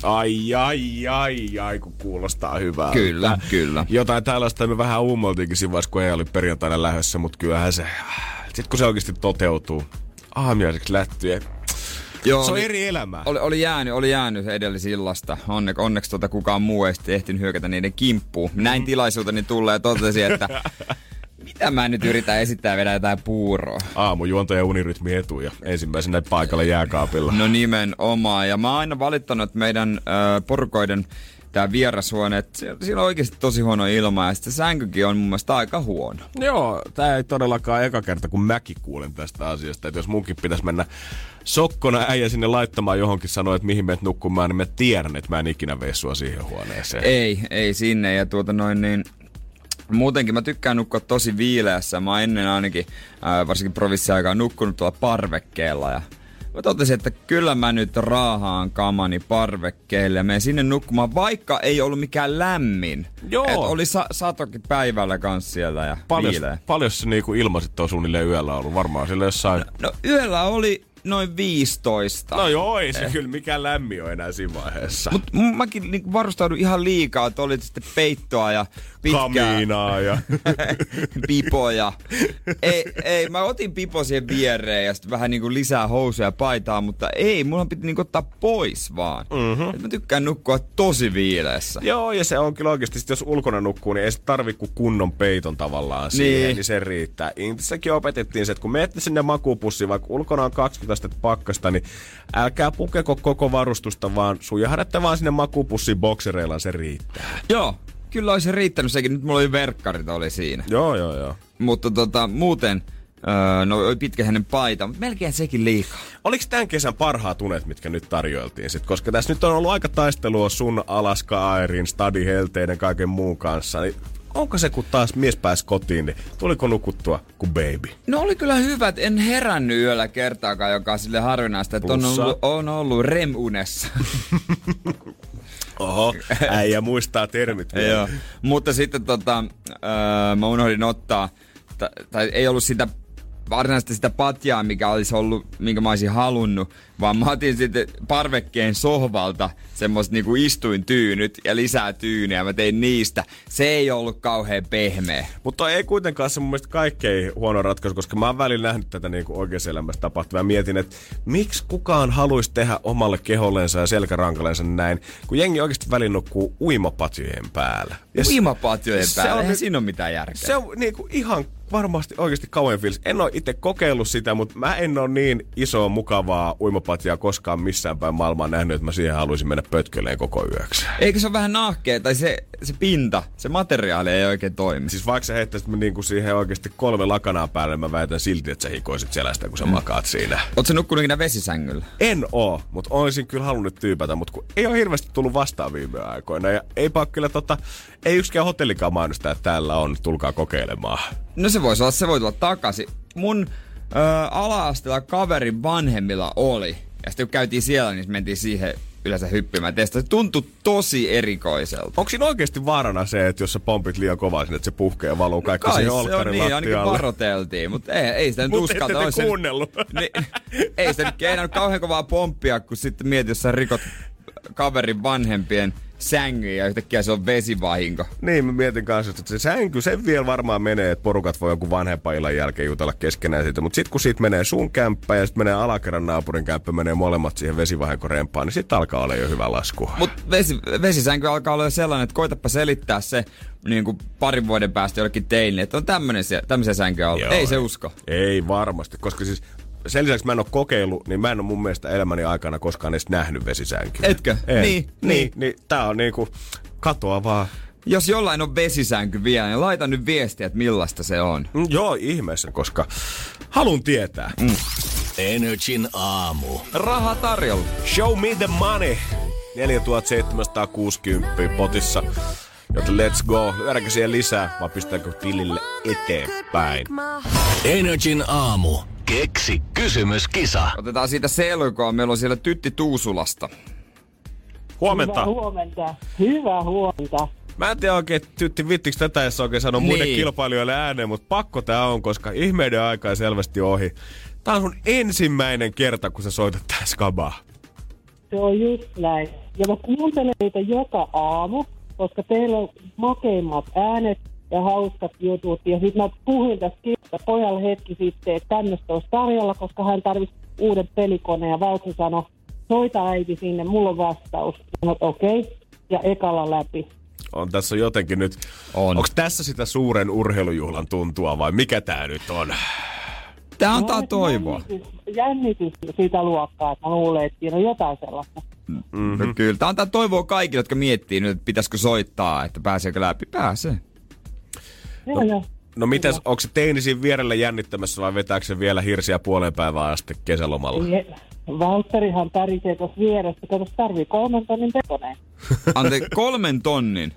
Ai, kun kuulostaa hyvää. Kyllä. Jotain tällaista me vähän uumoltiinkin siinä vaiheessa, kun ei oli perjantaina lähdössä, mutta kyllähän se, sit kun se oikeasti toteutuu, aamiaiseksi lättyä. Joo, se on eri elämää. Oli jäänyt edellisillasta. Onneksi kukaan muu ei sitten ehtinyt hyökätä niiden kimppuun. Näin tilaisuuteni tulee ja totesin, että mitä mä nyt yritän esittää vedä jotain puuroa. Aamujuonto ja unirytmi etu ja ensimmäisenä paikalla jääkaapilla. No nimenomaan. Ja mä oon aina valittanut, että meidän porukoiden tää vierashuone, että siinä on oikeasti tosi huono ilma ja sitten sänkykin on mun mielestä aika huono. Joo, tää ei todellakaan eka kerta, kun mäkin kuulen tästä asiasta. Että jos munkin pitäisi mennä sokkona äijä sinne laittamaan johonkin sanoa, että mihin menet nukkumaan, niin mä tiedän, että mä en ikinä vee sua siihen huoneeseen. Ei sinne ja muutenkin mä tykkään nukkua tosi viileässä. Mä oon ennen ainakin, varsinkin provinssiaikaa, nukkunut tuolla parvekkeella. Ja mä totesin, että kyllä mä nyt raahaan kamani parvekkeelle ja menen sinne nukkumaan, vaikka ei ollut mikään lämmin. Joo. Et oli satokin päivällä kanssa siellä ja viileä. Paljon se niinku ilmasit on suunnilleen yöllä ollut? Varmaan sillä jossain. No yöllä oli noin 15. No joo, ei se kyllä mikään lämmin ole enää siinä vaiheessa. Mut mäkin niinku varustaudun ihan liikaa, että oli sitten peittoa ja pitkää. Kamiinaa ja pipoja. Ei, mä otin pipo siihen viereen ja sitten vähän niinku lisää housuja ja paitaa, mutta ei, mulla piti niinku ottaa pois vaan. Mm-hmm. Mä tykkään nukkua tosi viileessä. Joo, ja se on kyllä oikeasti, jos ulkona nukkuu, niin ei se tarvi kuin kunnon peiton tavallaan siihen, niin se riittää. Intissäkin opetettiin se, että kun menette sinne makuupussiin, vaikka ulkona on 20 astetta pakkasta, niin älkää pukeko koko varustusta, vaan sujahdette vaan sinne makuupussiin boksereillaan, se riittää. Joo, kyllä olisi riittänyt sekin. Nyt mulla oli verkkarit oli siinä. Joo. Mutta muuten, oli pitkähäinen paita, mutta melkein sekin liikaa. Oliko tämän kesän parhaat unet, mitkä nyt tarjoiltiin sit? Koska tässä nyt on ollut aika taistelua sun, Alaska Airin, Stadi Helteiden, kaiken muun kanssa. Niin onko se, kun taas mies pääsi kotiin, niin tuliko nukuttua kuin baby? No oli kyllä hyvä, että en herännyt yöllä kertaakaan, joka on sille harvinaista, että on ollut REM-unessa. Oho, äijä muistaa termit. Joo, mutta sitten mä unohdin ottaa, tai ei ollut sitä varsinaisesti sitä patjaa, mikä olisi ollut, minkä mä olisin halunnut, vaan mä otin sitten parvekkeen sohvalta semmoset niinku istuintyynyt ja lisää tyyniä. Mä tein niistä. Se ei ollut kauhean pehmeä. Mutta ei kuitenkaan se mun mielestä kaikkein huono ratkaisu, koska mä oon välillä nähnyt tätä niinku oikeassa elämässä tapahtuvaa. Mietin, että miksi kukaan haluaisi tehdä omalle kehollensa ja selkärankallensa näin, kun jengi oikeasti välillä nukkuu uimapatjojen päällä. Uimapatjojen päällä? Eihän siinä ole mitään järkeä. Se on niinku ihan varmasti oikeasti kauhean fiilis. En ole itse kokeillut sitä, mutta mä en ole niin isoa mukavaa uimapatjaa koskaan missään päin maailmaa nähnyt, että mä siihen haluaisin mennä pötköleen koko yöksi. Eikö se ole vähän nahkea, tai se pinta, se materiaali ei oikein toimi? Siis vaikka sä heittäisit niinku siihen oikeasti 3 lakanaa päälle, mä väitän silti, että sä hikoisit selästä, kun sä makaat siinä. Oot sä nukkunut ikinä vesisängyllä? En oo, mutta olisin kyllä halunnut tyypätä, mutta kun ei ole hirveästi tullut vastaan viime aikoina. Ja eipä kyllä ei yksikään hotellikaan mainosta, että täällä on, tulkaa kokeilemaan. No se voi tulla takaisin. Mun ala-asteella kaverin vanhemmilla oli. Ja sitten kun käytiin siellä, niin mentiin siihen yleensä hyppimään testata. Se tuntui tosi erikoiselta. Onko siinä oikeasti vaarana se, että jos sä pompit liian kovaa sinne, että se puhkee ja valuu kaikki siihen olkkarin lattialle? Niin, ainakin varoteltiin, mutta ei sitä nyt uskalta. Mutta ette kuunnellut. Ei sitä nyt keinannut kauhean kovaa pomppia, kun sitten mietit, jos sä rikot kaverin vanhempien sängyn ja yhtäkkiä se on vesivahinko. Niin, mä mietin kanssa, että se sänky, sen vielä varmaan menee, että porukat voi jonkun vanhempaillan jälkeen jutella keskenään siitä. Mutta sitten kun siitä menee sun kämppä ja sitten menee alakerran naapurin kämppä, menee molemmat siihen vesivahinkorempaan, niin sitten alkaa olla jo hyvä lasku. Mutta vesisänky alkaa olla jo sellainen, että koitapa selittää se niin kuin parin vuoden päästä jollekin teille, että on tämmöisiä sänkyjä ollut. Ei se usko. Ei varmasti, koska siis sen lisäksi mä en ole kokeillut, niin mä en ole mun mielestä elämäni aikana koskaan edes nähnyt vesisänkyä. Etkö? Niin. Tää on niinku katoa vaan. Jos jollain on vesisänky vielä, niin laita nyt viestiä, että millaista se on. Joo, ihmeessä, koska halun tietää. Energin aamu. Raha tarjolla. Show me the money. 4760 potissa. Joten let's go. Lyödäänkö siihen lisää, vai pistääkö tilille eteenpäin? Energin aamu. Keksi kysymyskisa. Otetaan siitä selkoa. Meillä on siellä Tytti Tuusulasta. Huomenta. Hyvää huomenta. Mä en tiedä oikein, Tytti, vittikö tätä edes oikein sanoa muiden kilpailijoille ääneen, mutta pakko tää on, koska ihmeiden aika on selvästi ohi. Tää on sun ensimmäinen kerta, kun sä soitat tää skabaa. Se on just näin. Ja mä kuuntelen niitä joka aamu, koska teillä on makeimmat äänet ja hauskat jutut. Ja sit mä puhuin tästä pojalle hetki sitten, että tämmöistä olisi tarjolla, koska hän tarvitsi uuden pelikoneen. Ja Valtsu sanoi, soita äiti sinne, mulla on vastaus. Sanoin, okei. Ja ekalla läpi. On tässä jotenkin nyt. Onko tässä sitä suuren urheilujuhlan tuntua vai mikä tää nyt on? Tää antaa toivoa. Jännitys siitä luokkaa, että mä luulen, että siinä on jotain sellaista. Mm-hmm. No kyllä. Tää antaa toivoa kaikille, jotka miettii nyt, että pitäisikö soittaa, että pääseekö läpi. Pääsee. No mitäs, onko se teini siinä vierellä jännittämässä vai vetääkö se vielä hirsiä puolen päivää asti kesälomalla? Valtterihan pärisee tuossa vieressä, kun tarvii 3 tonnin tekoneen. 3 tonnin?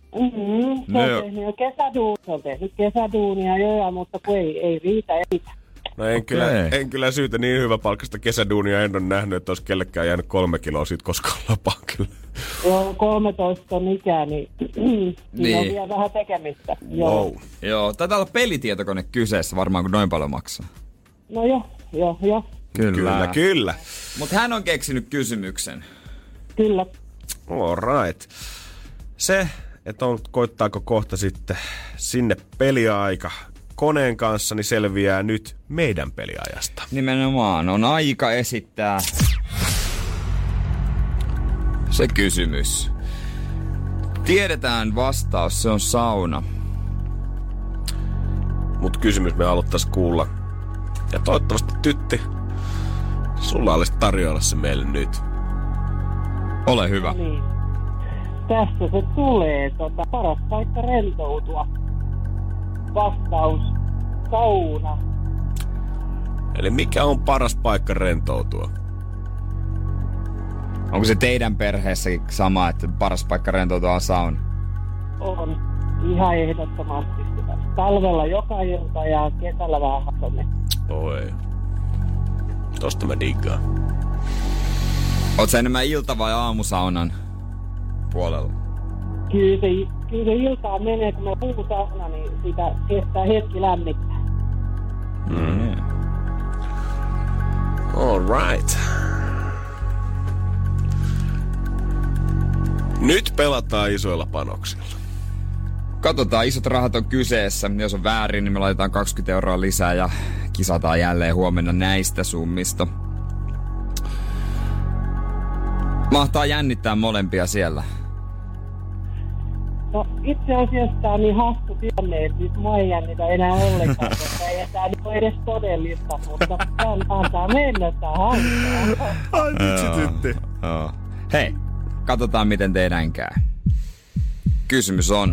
Se on tehnyt kesäduunia jo, mutta kun ei riitä. No en kyllä syytä niin hyvä palkkasta kesäduunia en ole nähnyt, että olisi kellekään jäänyt 3 kiloa siitä koskaan lapaan kyllä. Joo, 13 on ikää, niin on vielä vähän tekemistä. Wow. Joo, taitaa olla pelitietokone kyseessä varmaan, kun noin paljon maksaa. No joo. Kyllä. Mutta hän on keksinyt kysymyksen. Kyllä. All right. Se, että koittaako kohta sitten sinne peliaika koneen kanssa, niin selviää nyt meidän peliajasta. Nimenomaan. On aika esittää se kysymys. Tiedetään vastaus, se on sauna. Mut kysymys me haluttais kuulla. Ja toivottavasti Tytti, sulla olisi tarjolla se meille nyt. Ole hyvä. Niin. Tässä se tulee. Paras paikka rentoutua. Vastaus, sauna. Eli mikä on paras paikka rentoutua? Onko se teidän perheessäkin sama, että paras paikka rentoutua on sauna? On. Ihan ehdottomasti sitä. Talvella joka ilta ja kesällä vähän hatomia. Oi. Tosta mä diggaan. Oot sä enemmän ilta- vai aamusaunan puolella? Kyllä se iltaan menee, kun me puhutaan, niin sitä kestää hetki lämmittää. All right. Nyt pelataan isoilla panoksilla. Katsotaan, isot rahat on kyseessä. Jos on väärin, niin me laitetaan 20 € lisää ja kisataan jälleen huomenna näistä summista. Mahtaa jännittää molempia siellä. No itse asiassa tää on niin hassu tilanne, että nyt mua ei jännitä enää ollenkaan, koska ei tää nyt ole edes todellista, mutta antaa mennä, tää hauskaa. Ai vitsi tytti. Hei, katsotaan miten teidän käy. Kysymys on.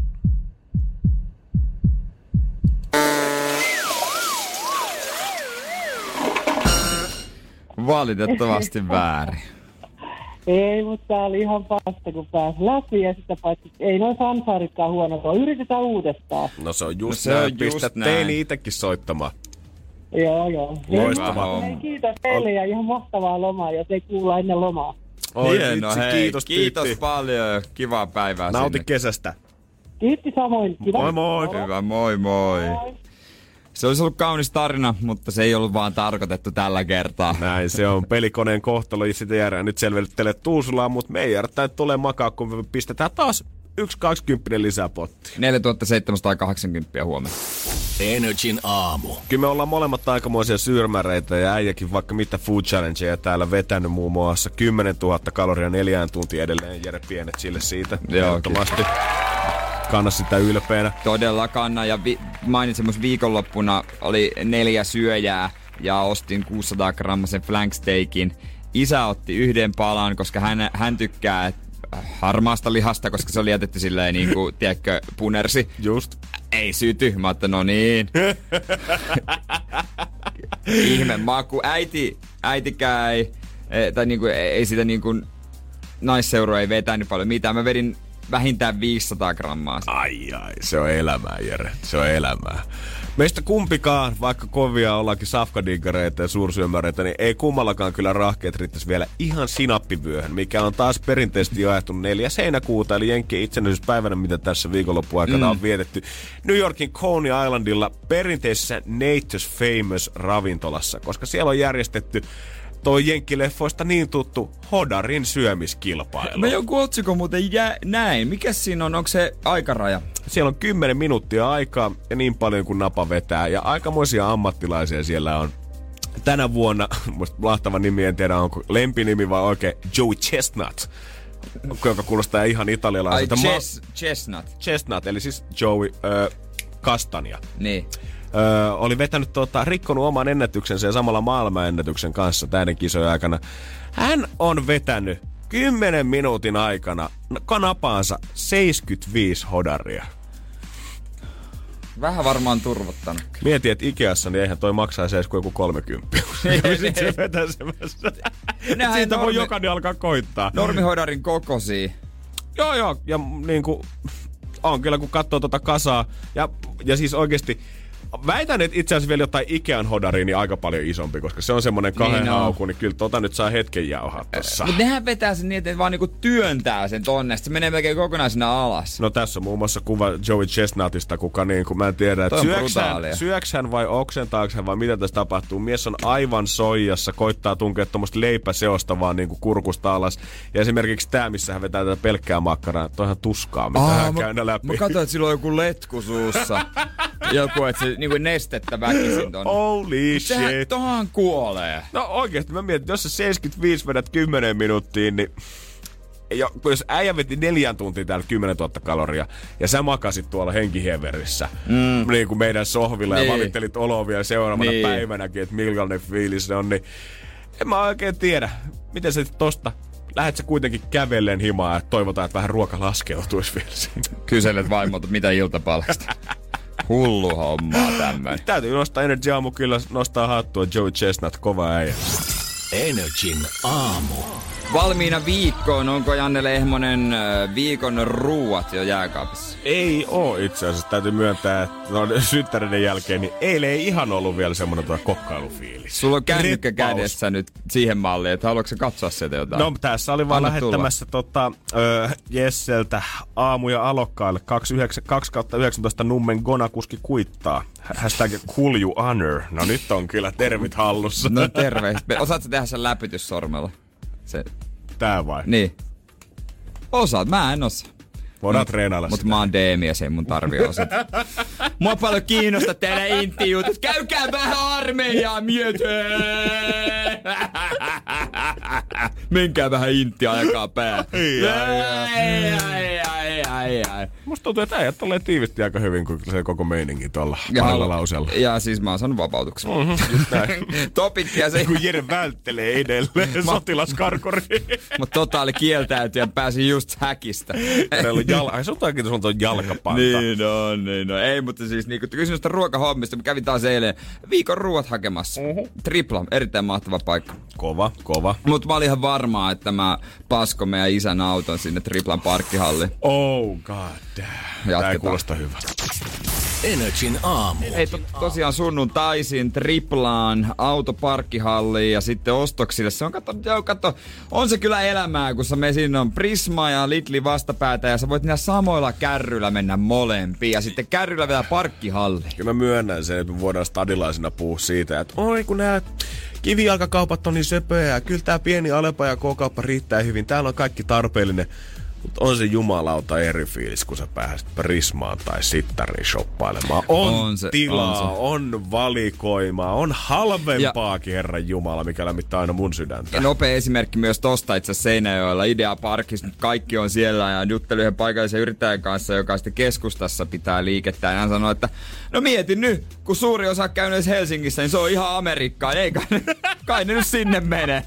Valitettavasti väärin. Ei, mutta tää oli ihan parasta, kun pääsi läpi ja sitä paitsi ei noin fansaaritkaan huonoa. Yritetään uudestaan. No se on just näin. Pistä teini itekin soittamaan. Joo. Loistavaa. Hei, kiitos teille ja ihan mahtavaa lomaa, jos ei kuulla ennen lomaa. Oi hieno, vitsi, hei, kiitos paljon. Kivaa päivää Nauti sinne. kesästä. Kiitti samoin. Kiva. Moi. Hyvä, moi. Se olisi ollut kaunis tarina, mutta se ei ollut vaan tarkoitettu tällä kertaa. Näin se on. Pelikoneen kohtalo ja sitä jäädään nyt selvittelee Tuusulaan, mutta me ei jäädä tulee makaa, kun me pistetään taas 1,20 lisää pottia. 4780 huomenna. Energin aamu. Kyllä me ollaan molemmat aikamoisia syörmäreitä ja äijäkin vaikka mitä food challengeja täällä vetänyt muun muassa 10 000 kaloria 4 tuntia edelleen. Jere pienet sille siitä. Ehdottomasti. Kanna sitä ylpeänä. Todella kanna ja mainitsin myös viikonloppuna oli 4 syöjää ja ostin 600 grammasen flanksteikin. Isä otti yhden palan, koska hän tykkää harmaasta lihasta, koska se oli jätetty silleen niinku, tiedätkö, punersi. Just. Ei syty. Mä ajattelin, no niin. Ihme maku. Äitikään tai niinku, ei sitä niinku, naisseuro ei vetänyt paljon mitään. Mä vedin vähintään 500 grammaa. Ai, se on elämää, Jere. Se on elämää. Meistä kumpikaan, vaikka kovia ollaankin safkadiggareita ja suursyömäreitä, niin ei kummallakaan kyllä rahkeet riittäisi vielä ihan sinappivyöhön, mikä on taas perinteisesti jaettu 4. heinäkuuta, eli Jenkkien itsenäisyyspäivänä, mitä tässä viikonloppuaikana on vietetty New Yorkin Coney Islandilla perinteisessä Nature's Famous ravintolassa, koska siellä on järjestetty toi jenkkileffoista niin tuttu Hodarin syömiskilpailu. Mä joku otsikko muuten näin. Mikäs siinä on? Onko se aikaraja? Siellä on 10 minuuttia aikaa ja niin paljon kuin napa vetää. Ja aikamoisia ammattilaisia siellä on. Tänä vuonna, musta mahtava nimi, en tiedä onko lempinimi vai oikein, Joey Chestnut, joka kuulostaa ihan italialaiselta. Chestnut. Chestnut, eli siis Joey Castagna. Niin. Oli vetänyt rikkonut oman ennätyksensä ja samalla maailmanennätyksen kanssa näiden kisojen aikana. Hän on vetänyt 10 minuutin aikana kanapaansa 75 hodaria. Vähän varmaan turvottanut. Mietin, että Ikeassa niin eihän toi maksaisi edes kuin joku 30. Sitten se vetäsemässä. Siitä voi jokainen alkaa koittaa. Normihodarin kokoisia. Joo. Ja niinku on kyllä, kun katsoo kasaa. Ja siis oikeesti väitän, että itse asiassa vielä jotain Ikean hodariin niin aika paljon isompi, koska se on semmonen 2 hauku, niin kyllä nyt saa hetken jauhaa tossa. Mutta nehän vetää sen niin, että vaan niinku työntää sen tonne, se menee melkein kokonaisena alas. No tässä on muun muassa kuva Joey Chestnutista, kuka niinku, mä en tiedä, että syökshän vai oksentaakshän vai mitä tässä tapahtuu. Mies on aivan soijassa, koittaa tunkea tommoista leipäseosta vaan niinku kurkusta alas. Ja esimerkiksi tää, missä hän vetää tätä pelkkää makkaraa, toihan tuskaa, mitä hän käy läpi. Mä katsoin, että sillä on joku letku suussa. Joku, että se niinku nestettä väkisin tonne. Holy shit. Tohan kuolee. No oikeesti mä mietin, että jos sä 75 vedät 10 minuuttiin, niin jos äijä veti 4 tuntia täällä 10 000 kaloria ja sä makasit tuolla henkihieverissä niin kuin meidän sohvilla ja valittelit oloa vielä seuraavana päivänäkin, että millainen fiilis se on, niin en mä oikein tiedä, miten sä tosta lähet sä kuitenkin kävelleen himaa, että toivotaan, että vähän ruoka laskeutuisi vielä siinä. Kyselet vaimolta, mitä iltapalkasta. Hullu hommaa tämmöinen. Täytyy nostaa Energy aamu, kyllä nostaa hattua Joey Chestnut, kova äijä. Energin aamu. Valmiina viikkoon. Onko Janne Lehmonen viikon ruuat jo jääkaapissa? Ei oo itse asiassa. Täytyy myöntää, että synttäreiden jälkeen, niin eilen ei ihan ollut vielä semmoinen kokkailufiilis. Sulla on kännykkä kädessä nyt siihen malliin, että haluatko katsoa sieltä jotain? No tässä oli vaan lähettämässä Jesseltä aamu ja alokkaille 2/19 Nummen Gonakuski kuittaa. Hashtag cool you honor. No nyt on kyllä termit hallussa. No terve. Osaatko tehdä sen läpytyssormella? Tää vai? Niin. Osaat, mä en osaa. Voidaan treenailla sitä. Mut mä oon DM-mies, ei mun tarvii osata. Mua paljon kiinnostaa teidän intti-jutut. Käykää vähän armeijaa, miehet! Menkää vähän intti, ajakaa pää. Ai. Musta tuntuu, että äijät tolleen tiivisti aika hyvin, kun se koko meiningin tuolla parilla lauseella. Ja siis mä oon saanut vapautuksen. Just näin. Topittia se. Kun Jere välttelee edelleen sotilaskarkoriin. Mut totaali kieltäytyjä pääsi just häkistä. Se on toikin tuon jalkapanta. Niin on. Ei, mutta siis niinku kysymys ruokahommista. Mä kävin taas eilen viikon ruuat hakemassa. Tripla, erittäin mahtava paikka. Kova. Mut mä olin ihan varmaa, että mä paskon meidän isän auton sinne Triplan parkkihalliin. Oh god damn. Tää ei kuulosta hyvältä. Energin aamu. Ei tosiaan sunnuntaisin Triplaan autoparkkihalliin ja sitten ostoksille. Se on kato, on se kyllä elämää, kun sä me sinne on Prisma ja Lidli vastapäätä ja sä voit niillä samoilla kärryillä mennä molempiin ja sitten kärryillä vielä parkkihalliin. Kyllä mä myönnän sen, että me voidaan stadilaisina puhua siitä, että oi kun nää kivijalkakaupat on niin söpöjä ja kyllä tää pieni Alepa ja K-kauppa riittää hyvin. Täällä on kaikki tarpeellinen. Mutta on se jumalauta eri fiilis, kun sä pääset Prismaan tai Sittariin shoppailemaan. On tilaa, on valikoimaa, on halvempaakin Herran Jumala, mikä lämmittää aina mun sydäntä. Ja nopea esimerkki myös tosta itse asiassa Seinäjoella. Idea Parkissa, nyt kaikki on siellä ja juttelin yhden paikallisen yrittäjän kanssa, joka sitten keskustassa pitää liikettä. Ja hän sanoi, että no mietin nyt, kun suuri osa käy Helsingissä, niin se on ihan Amerikkaan. Ei kai ne nyt sinne mene.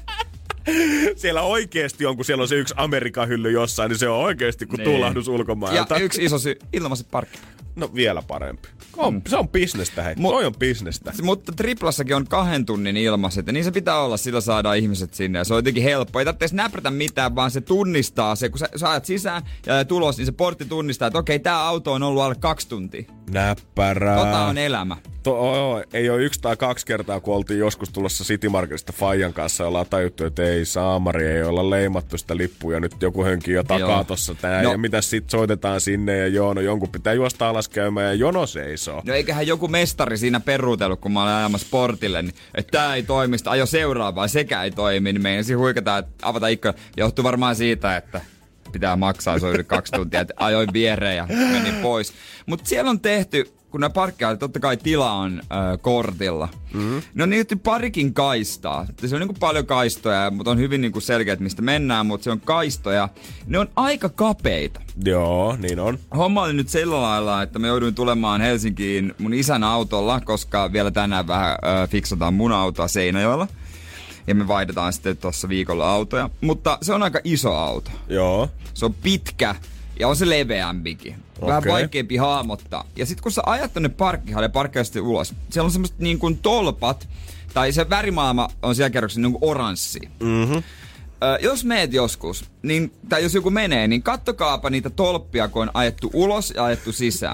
Siellä oikeesti on, kun siellä on se yksi Amerikan hylly jossain, niin se on oikeesti kuin tuulahdus ulkomailta. Ja yksi iso ilmaiset parkki. No vielä parempi. Se on bisnestä, hei. Toi on bisnestä. Mutta Triplassakin on 2 tunnin ilmaiset, ja niin se pitää olla, sillä saadaan ihmiset sinne. Ja se on jotenkin helppo. Ei tarvitse näprätä mitään, vaan se tunnistaa se, kun sä ajat sisään ja tulos, niin se portti tunnistaa, että okei, tää auto on ollut alle 2 tuntia. Näppärää. Tota on elämä. Ei ole 1 tai 2 kertaa, kun oltiin joskus tulossa City Marketista Fajan kanssa, ollaan tajuttu, että ei saamari, ei olla leimattu sitä lippua, ja nyt joku hönkii jo takaa tossa tää, ja mitä sit soitetaan sinne, ja jonkun pitää juosta alas käymään, ja jono seisoo. No eiköhän joku mestari siinä peruutellut, kun mä olen ajamassa sportille, niin että tää ei toimi, sitä ajo seuraavaan, sekä ei toimi, niin meidän huikataan, että avata ikkuna. Johtuu varmaan siitä, että pitää maksaa, se on yli 2 tuntia, että ajoin viereen ja menin pois. Mutta siellä on tehty, kun nämä parkkialat, totta kai tila on kortilla. Ne on niitä parikin kaistaa. Se on niinku paljon kaistoja, mutta on hyvin niinku selkeät, mistä mennään, mutta se on kaistoja. Ne on aika kapeita. Joo, niin on. Homma oli nyt sillä lailla, että me jouduin tulemaan Helsinkiin mun isän autolla, koska vielä tänään vähän fiksataan mun autoa Seinäjoella. Ja me vaihdetaan sitten tuossa viikolla autoja. Mutta se on aika iso auto. Joo. Se on pitkä ja on se leveämpikin. Vähän vaikeampi hahmottaa. Ja sit kun sä ajat tonne parkkihalle ja parkkihalle ulos, siellä on semmoset niin kuin tolpat, tai se värimaailma on siellä kerroksessa niin kuin oranssi. Jos meet joskus, niin, tai jos joku menee, niin kattokaapa niitä tolppia, kun on ajettu ulos ja ajettu sisään.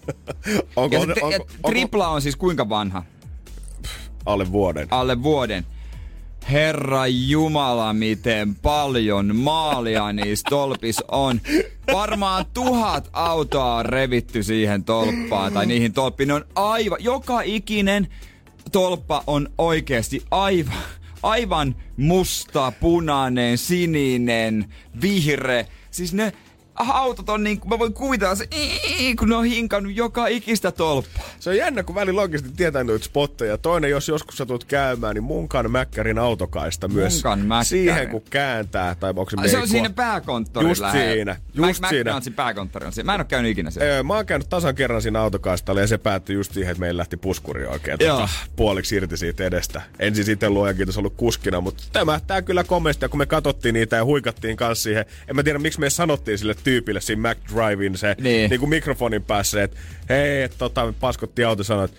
Tripla on siis kuinka vanha? Alle vuoden. Herra Jumala, miten paljon maalia niissä tolpissa on. Varmaan 1000 autoa on revitty siihen tolppaan tai niihin tolppiin. Ne on joka ikinen tolppa on oikeasti aivan musta, punainen, sininen, vihreä. Siis ne autot on niin, mä voin kuvitella se, kun ne on hinkannut joka ikistä tolppaa. Se on jännä, kun välillä oikeasti tietää noita spotteja. Toinen, jos joskus sä tulet käymään, niin Munkan Mäkkärin autokaista myös. Siihen kun kääntää, tai onko se meikkoa? Se on siinä pääkonttorilla. Just siinä. McDonaldsin pääkonttori on siinä. Mä en oo käynyt ikinä siellä. Mä oon käynyt tasan kerran siinä autokaistalla ja se päättyi just siihen, että meillä lähti puskuri oikein puoliksi irti siitä edestä. Ensin sitten luojan kiitos ollut kuskina, mutta tämähtää kyllä komeasti. Ja kun me katsottiin niitä ja huikattiin kanssa siihen, en mä tiedä miksi me sanottiin sille tyypille siinä McDrivein se niin kuin mikrofonin päässä, että hei, me paskottiin auto, sanoi, että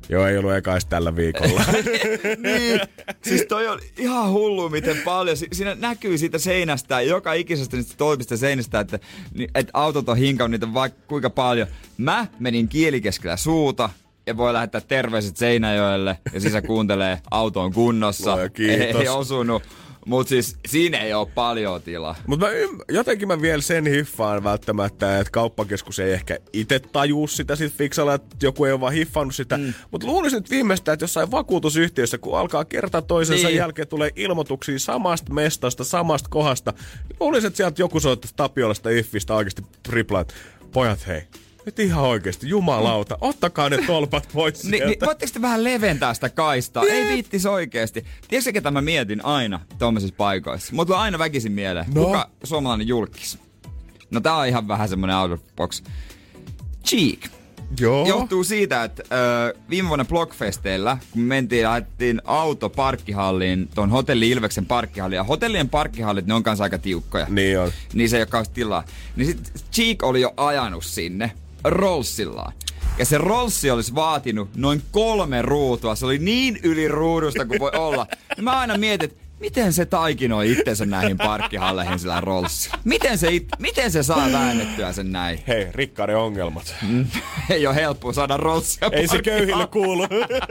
Joo, ei ollut ekais tällä viikolla. Niin, siis toi on ihan hullu, miten paljon. Siinä näkyy siitä seinästä, joka ikisestä niistä toimista seinästä, että autot on hinkannut niitä vaikka kuinka paljon. Mä menin kieli keskellä suuta ja voi lähettää terveiset Seinäjoelle ja sisä kuuntelee, auto on kunnossa. Ei osunut. Mut siis siinä ei oo paljon tilaa. Mut jotenkin mä vielä sen hiffaan välttämättä, että kauppakeskus ei ehkä itse tajuu sitä sit fiksalla, että joku ei ole vaan hiffannut sitä. Mut luulisin nyt viimeistään, että jossain vakuutusyhtiössä, kun alkaa kerta toisensa jälkeen tulee ilmoituksia samasta mestasta, samasta kohdasta, niin luulisin, että sieltä joku soittaisi Tapiolasta Iffistä oikeasti riplaa, että pojat hei. Nyt ihan oikeesti, jumalauta, ottakaa ne tolpat pois sieltä. Niin, voitteko te vähän leventää sitä kaistaa? Ei viittis oikeesti. Tiedätkö, ketä mä mietin aina tommosissa paikoissa? Mut tulee aina väkisin mieleen. No. Kuka suomalainen julkis? No tää on ihan vähän semmonen out of box. Cheek. Joo. Johtuu siitä, että viime vuonna Blockfesteillä, kun me lähdettiin auto parkkihalliin, tuon Hotelli Ilveksen parkkihalliin, ja hotellien parkkihallit, ne on kanssa aika tiukkoja. Niin on. Niin se ei ole kauheasti tilaa. Niin sit Cheek oli jo ajanut sinne Rollsillaan. Ja se Rollsi olisi vaatinut noin 3 ruutua. Se oli niin yli ruudusta kuin voi olla. Ja mä aina mietin, että miten se taikinoi itsensä näihin parkkihalleihin sillä Rollsilla? Miten se saa väännettyä sen näin? Hei, rikkaiden ongelmat. Ei ole helppoa saada Rollsia. Ei se köyhille kuulu.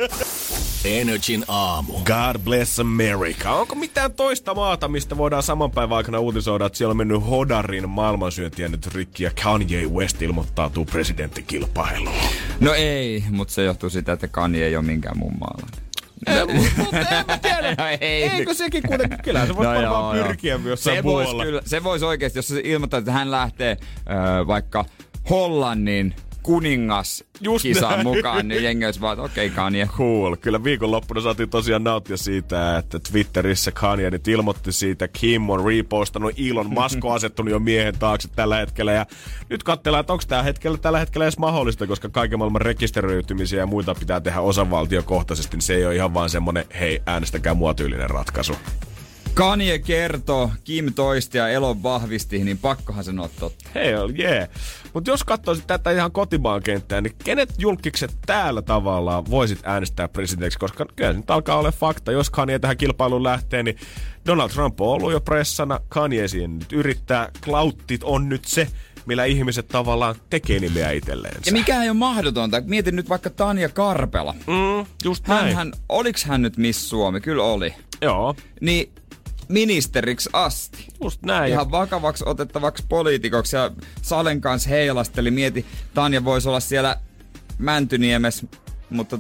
Energin aamu. God bless America. Onko mitään toista maata, mistä voidaan saman päivän aikana uutisoida, että siellä on mennyt hodarin maailmansyöntiä nyt rikki ja Kanye West ilmoittautuu presidenttikilpailuun? No ei, mutta se johtuu siitä, että Kanye ei ole minkään muun maalainen. Mutta en mä tiedä. Eikö sekin kuitenkin? Kyllä se voisi varmaan pyrkiä jossain muualla. Se voisi oikeasti, jos se ilmoittaa, että hän lähtee vaikka Hollannin kuningaskisaan mukaan, niin jengi olisi vaan, okei, Kanye. Cool. Kyllä viikonloppuna saatiin tosiaan nauttia siitä, että Twitterissä Kanye nyt ilmoitti siitä. Kim on repostannut, Elon Musk on asettunut jo miehen taakse tällä hetkellä. Ja nyt katsellaan, että onko tällä hetkellä edes mahdollista, koska kaiken maailman rekisteröitymisiä ja muita pitää tehdä osavaltiokohtaisesti, niin se ei ole ihan vaan semmonen, hei, äänestäkää mua tyylinen ratkaisu. Kanye kertoo, Kim toisti ja Elon vahvisti, niin pakkohan sen on totta. Hell yeah. Mutta jos katsoisit tätä ihan kotimaan kenttää, niin kenet julkikset täällä tavallaan voisit äänestää presidentiksi? Koska kyllä nyt alkaa olla fakta. Jos Kanye tähän kilpailuun lähtee, niin Donald Trump on ollut jo pressana. Kanye siihen nyt yrittää. Clouttit on nyt se, millä ihmiset tavallaan tekee nimeä itselleensä. Ja mikä ei ole mahdotonta. Mietin nyt vaikka Tanja Karpela. Just näin. Oliks hän nyt Miss Suomi? Kyllä oli. Joo. Niin ministeriksi asti. Just näin. Ihan vakavaksi otettavaksi poliitikoksi ja Salen kanssa heilasteli. Mieti, Tanja voisi olla siellä Mäntyniemessä, mutta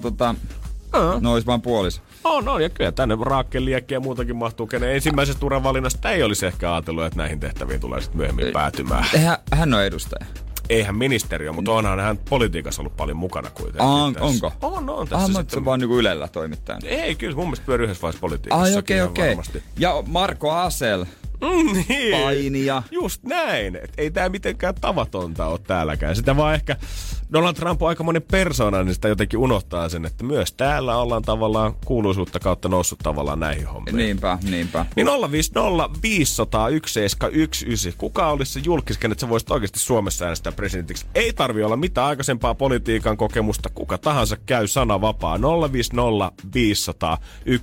no olisi vaan puoliso. On, ja kyllä tänne Raakkeen liekkiä ja muutakin mahtuu, kenen ensimmäisestä uravalinnasta ei olisi ehkä ajatellut, että näihin tehtäviin tulee sitten myöhemmin päätymään. Hän on edustaja. Eihän ministeriö, mutta onhan hän politiikassa ollut paljon mukana kuitenkin. Onko? On tässä sitten. Se vaan niinku Ylellä toimittajana. Ei, kyllä mun mielestä pyörii yhdessä vaiheessa politiikassa. Okei. Ja Marko Asel. Niin. Painija. Just näin. Et ei tää mitenkään tavatonta ole täälläkään. Sitä vaan ehkä Donald Trump on aikamoinen persona, niin sitä jotenkin unohtaa sen, että myös täällä ollaan tavallaan kuuluisuutta kautta noussut tavallaan näihin hommiin. Niinpä. Niin 050 500 1719. Kuka olisi se julkis, kenet sä voisit oikeasti Suomessa äänestää presidentiksi? Ei tarvi olla mitään aikaisempaa politiikan kokemusta. Kuka tahansa käy sanavapaa. 050 500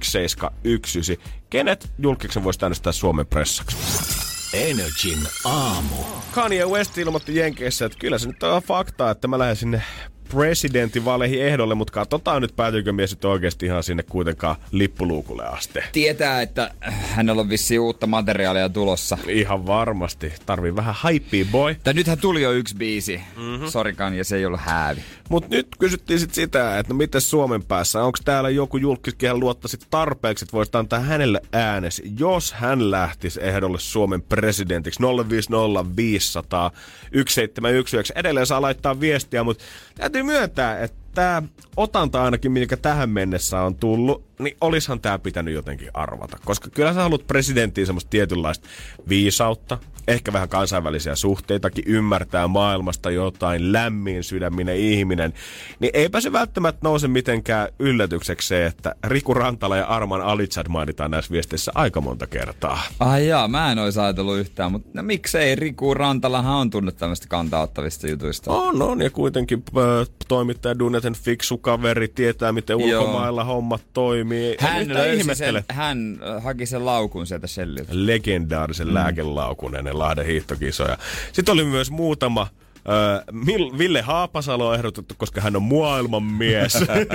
1719. Kenet julkiksen voisi äänestää Suomen pressaksi? Energin aamu. Kanye West ilmoitti Jenkeissä, että kyllä se nyt on faktaa, että mä lähden sinne presidentinvaaleihin ehdolle, mutta katsotaan nyt, päätyykö mies nyt oikeasti ihan sinne kuitenkaan lippuluukulle asti. Tietää, että hänellä on vissiin uutta materiaalia tulossa. Ihan varmasti. Tarvii vähän hypea, boy. Nythän tuli jo yksi biisi. Sorikan, ja se ei ollut häävi. Mut nyt kysyttiin sit sitä, että no miten Suomen päässä? Onko täällä joku julkiskin, hän luottaisit tarpeeksi, että voisit antaa hänelle äänes, jos hän lähtisi ehdolle Suomen presidentiksi? 050 500 1719. Edelleen saa laittaa viestiä, mutta täytyy myöntää, että tämä otanta ainakin, mikä tähän mennessä on tullut, niin olishan tämä pitänyt jotenkin arvata. Koska kyllä sä haluat presidenttiin semmoista tietynlaista viisautta, ehkä vähän kansainvälisiä suhteitakin, ymmärtää maailmasta jotain, lämmin sydäminen ihminen, niin eipä se välttämättä nouse mitenkään yllätykseksi se, että Riku Rantala ja Arman Alitsad mainitaan näissä viesteissä aika monta kertaa. Ai jaa, mä en ois ajatellut yhtään, mutta no miksei, Riku Rantalahan on tunnettu tämmöistä kanta-ottavista jutuista. On, ja kuitenkin toimittaja Dunneten fiksu kaveri, tietää miten ulkomailla hommat toimii. Hän haki sen laukun sieltä Shelliltä. Legendaarisen lääkelaukun ennen Lahden hiihtokisoja. Sitten oli myös muutama Ville Haapasalo on ehdotettu, koska hän on maailmanmies.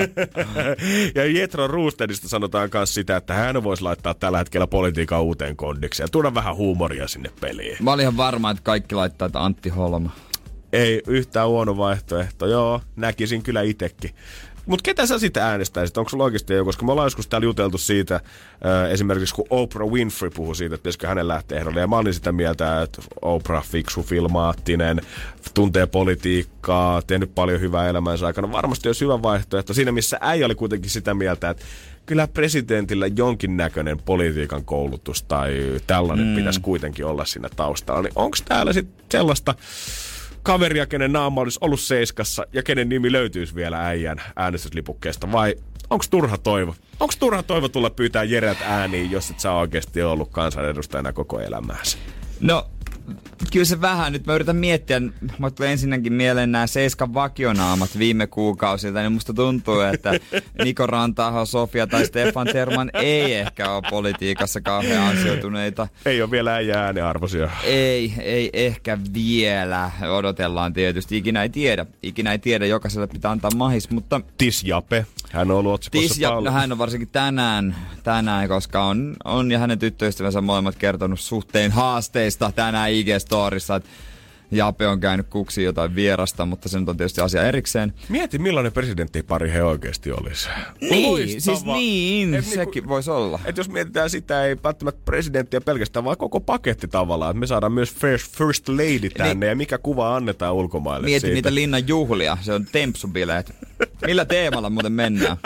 Ja Jetro Roostedista sanotaan myös sitä, että hän voisi laittaa tällä hetkellä politiikan uuteen kondikseen ja tuoda vähän huumoria sinne peliin. Mä olin ihan varma, että kaikki laittaa Antti Holma. Ei yhtään huono vaihtoehto, joo, näkisin kyllä itekin. Mutta ketä sä sitten äänestäisit? Onko sulla oikeasti jo? Koska me ollaan joskus täällä juteltu siitä, esimerkiksi kun Oprah Winfrey puhui siitä, että pitäisikö hänen lähteä ehdolle. Ja mä olin sitä mieltä, että Oprah fiksu, filmaattinen, tuntee politiikkaa, tehnyt paljon hyvää elämänsä aikana. Varmasti olisi hyvä vaihtoehto. Siinä missä äijä oli kuitenkin sitä mieltä, että kyllä presidentillä jonkinnäköinen politiikan koulutus tai tällainen pitäisi kuitenkin olla siinä taustalla. Niin onko täällä sitten sellaista kaveria, kenen naama olisi ollut seiskassa ja kenen nimi löytyisi vielä äijän äänestyslipukkeesta, vai onko turha toivo? Onko turha toivo tulla pyytää Jereltä ääniin, jos et sä oikeasti ollut kansanedustajana koko elämääsi? No, kyllä se vähän. Nyt mä yritän miettiä, mä tulee ensinnäkin mieleen nämä Seiskan vakionaamat viime kuukausilta, niin musta tuntuu, että Niko Ranta-aho, Sofia tai Stefan Terman ei ehkä ole politiikassa kauhean ansioituneita. Ei ole vielä äijä äänearvoisia. Ei ehkä vielä. Odotellaan tietysti. Ikinä ei tiedä. Jokaiselle pitää antaa mahis, mutta Tis Jape. Hän on ollut otsikossa paljon. Hän on varsinkin tänään, koska on ja hänen tyttöystävänsä molemmat kertonut suhteen haasteista tänään IG-storissa, että Jape on käynyt kuksiin jotain vierasta, mutta se nyt on tietysti asia erikseen. Mieti, millainen presidenttipari he oikeasti olisi. Niin, siis sekin voisi olla. Että jos mietitään sitä, ei välttämättä presidenttiä pelkästään, vaan koko paketti tavallaan. Että me saadaan myös first lady tänne ja mikä kuva annetaan ulkomaille. Mieti siitä. Niitä linnan juhlia, se on tempsubileet. Millä teemalla muuten mennään?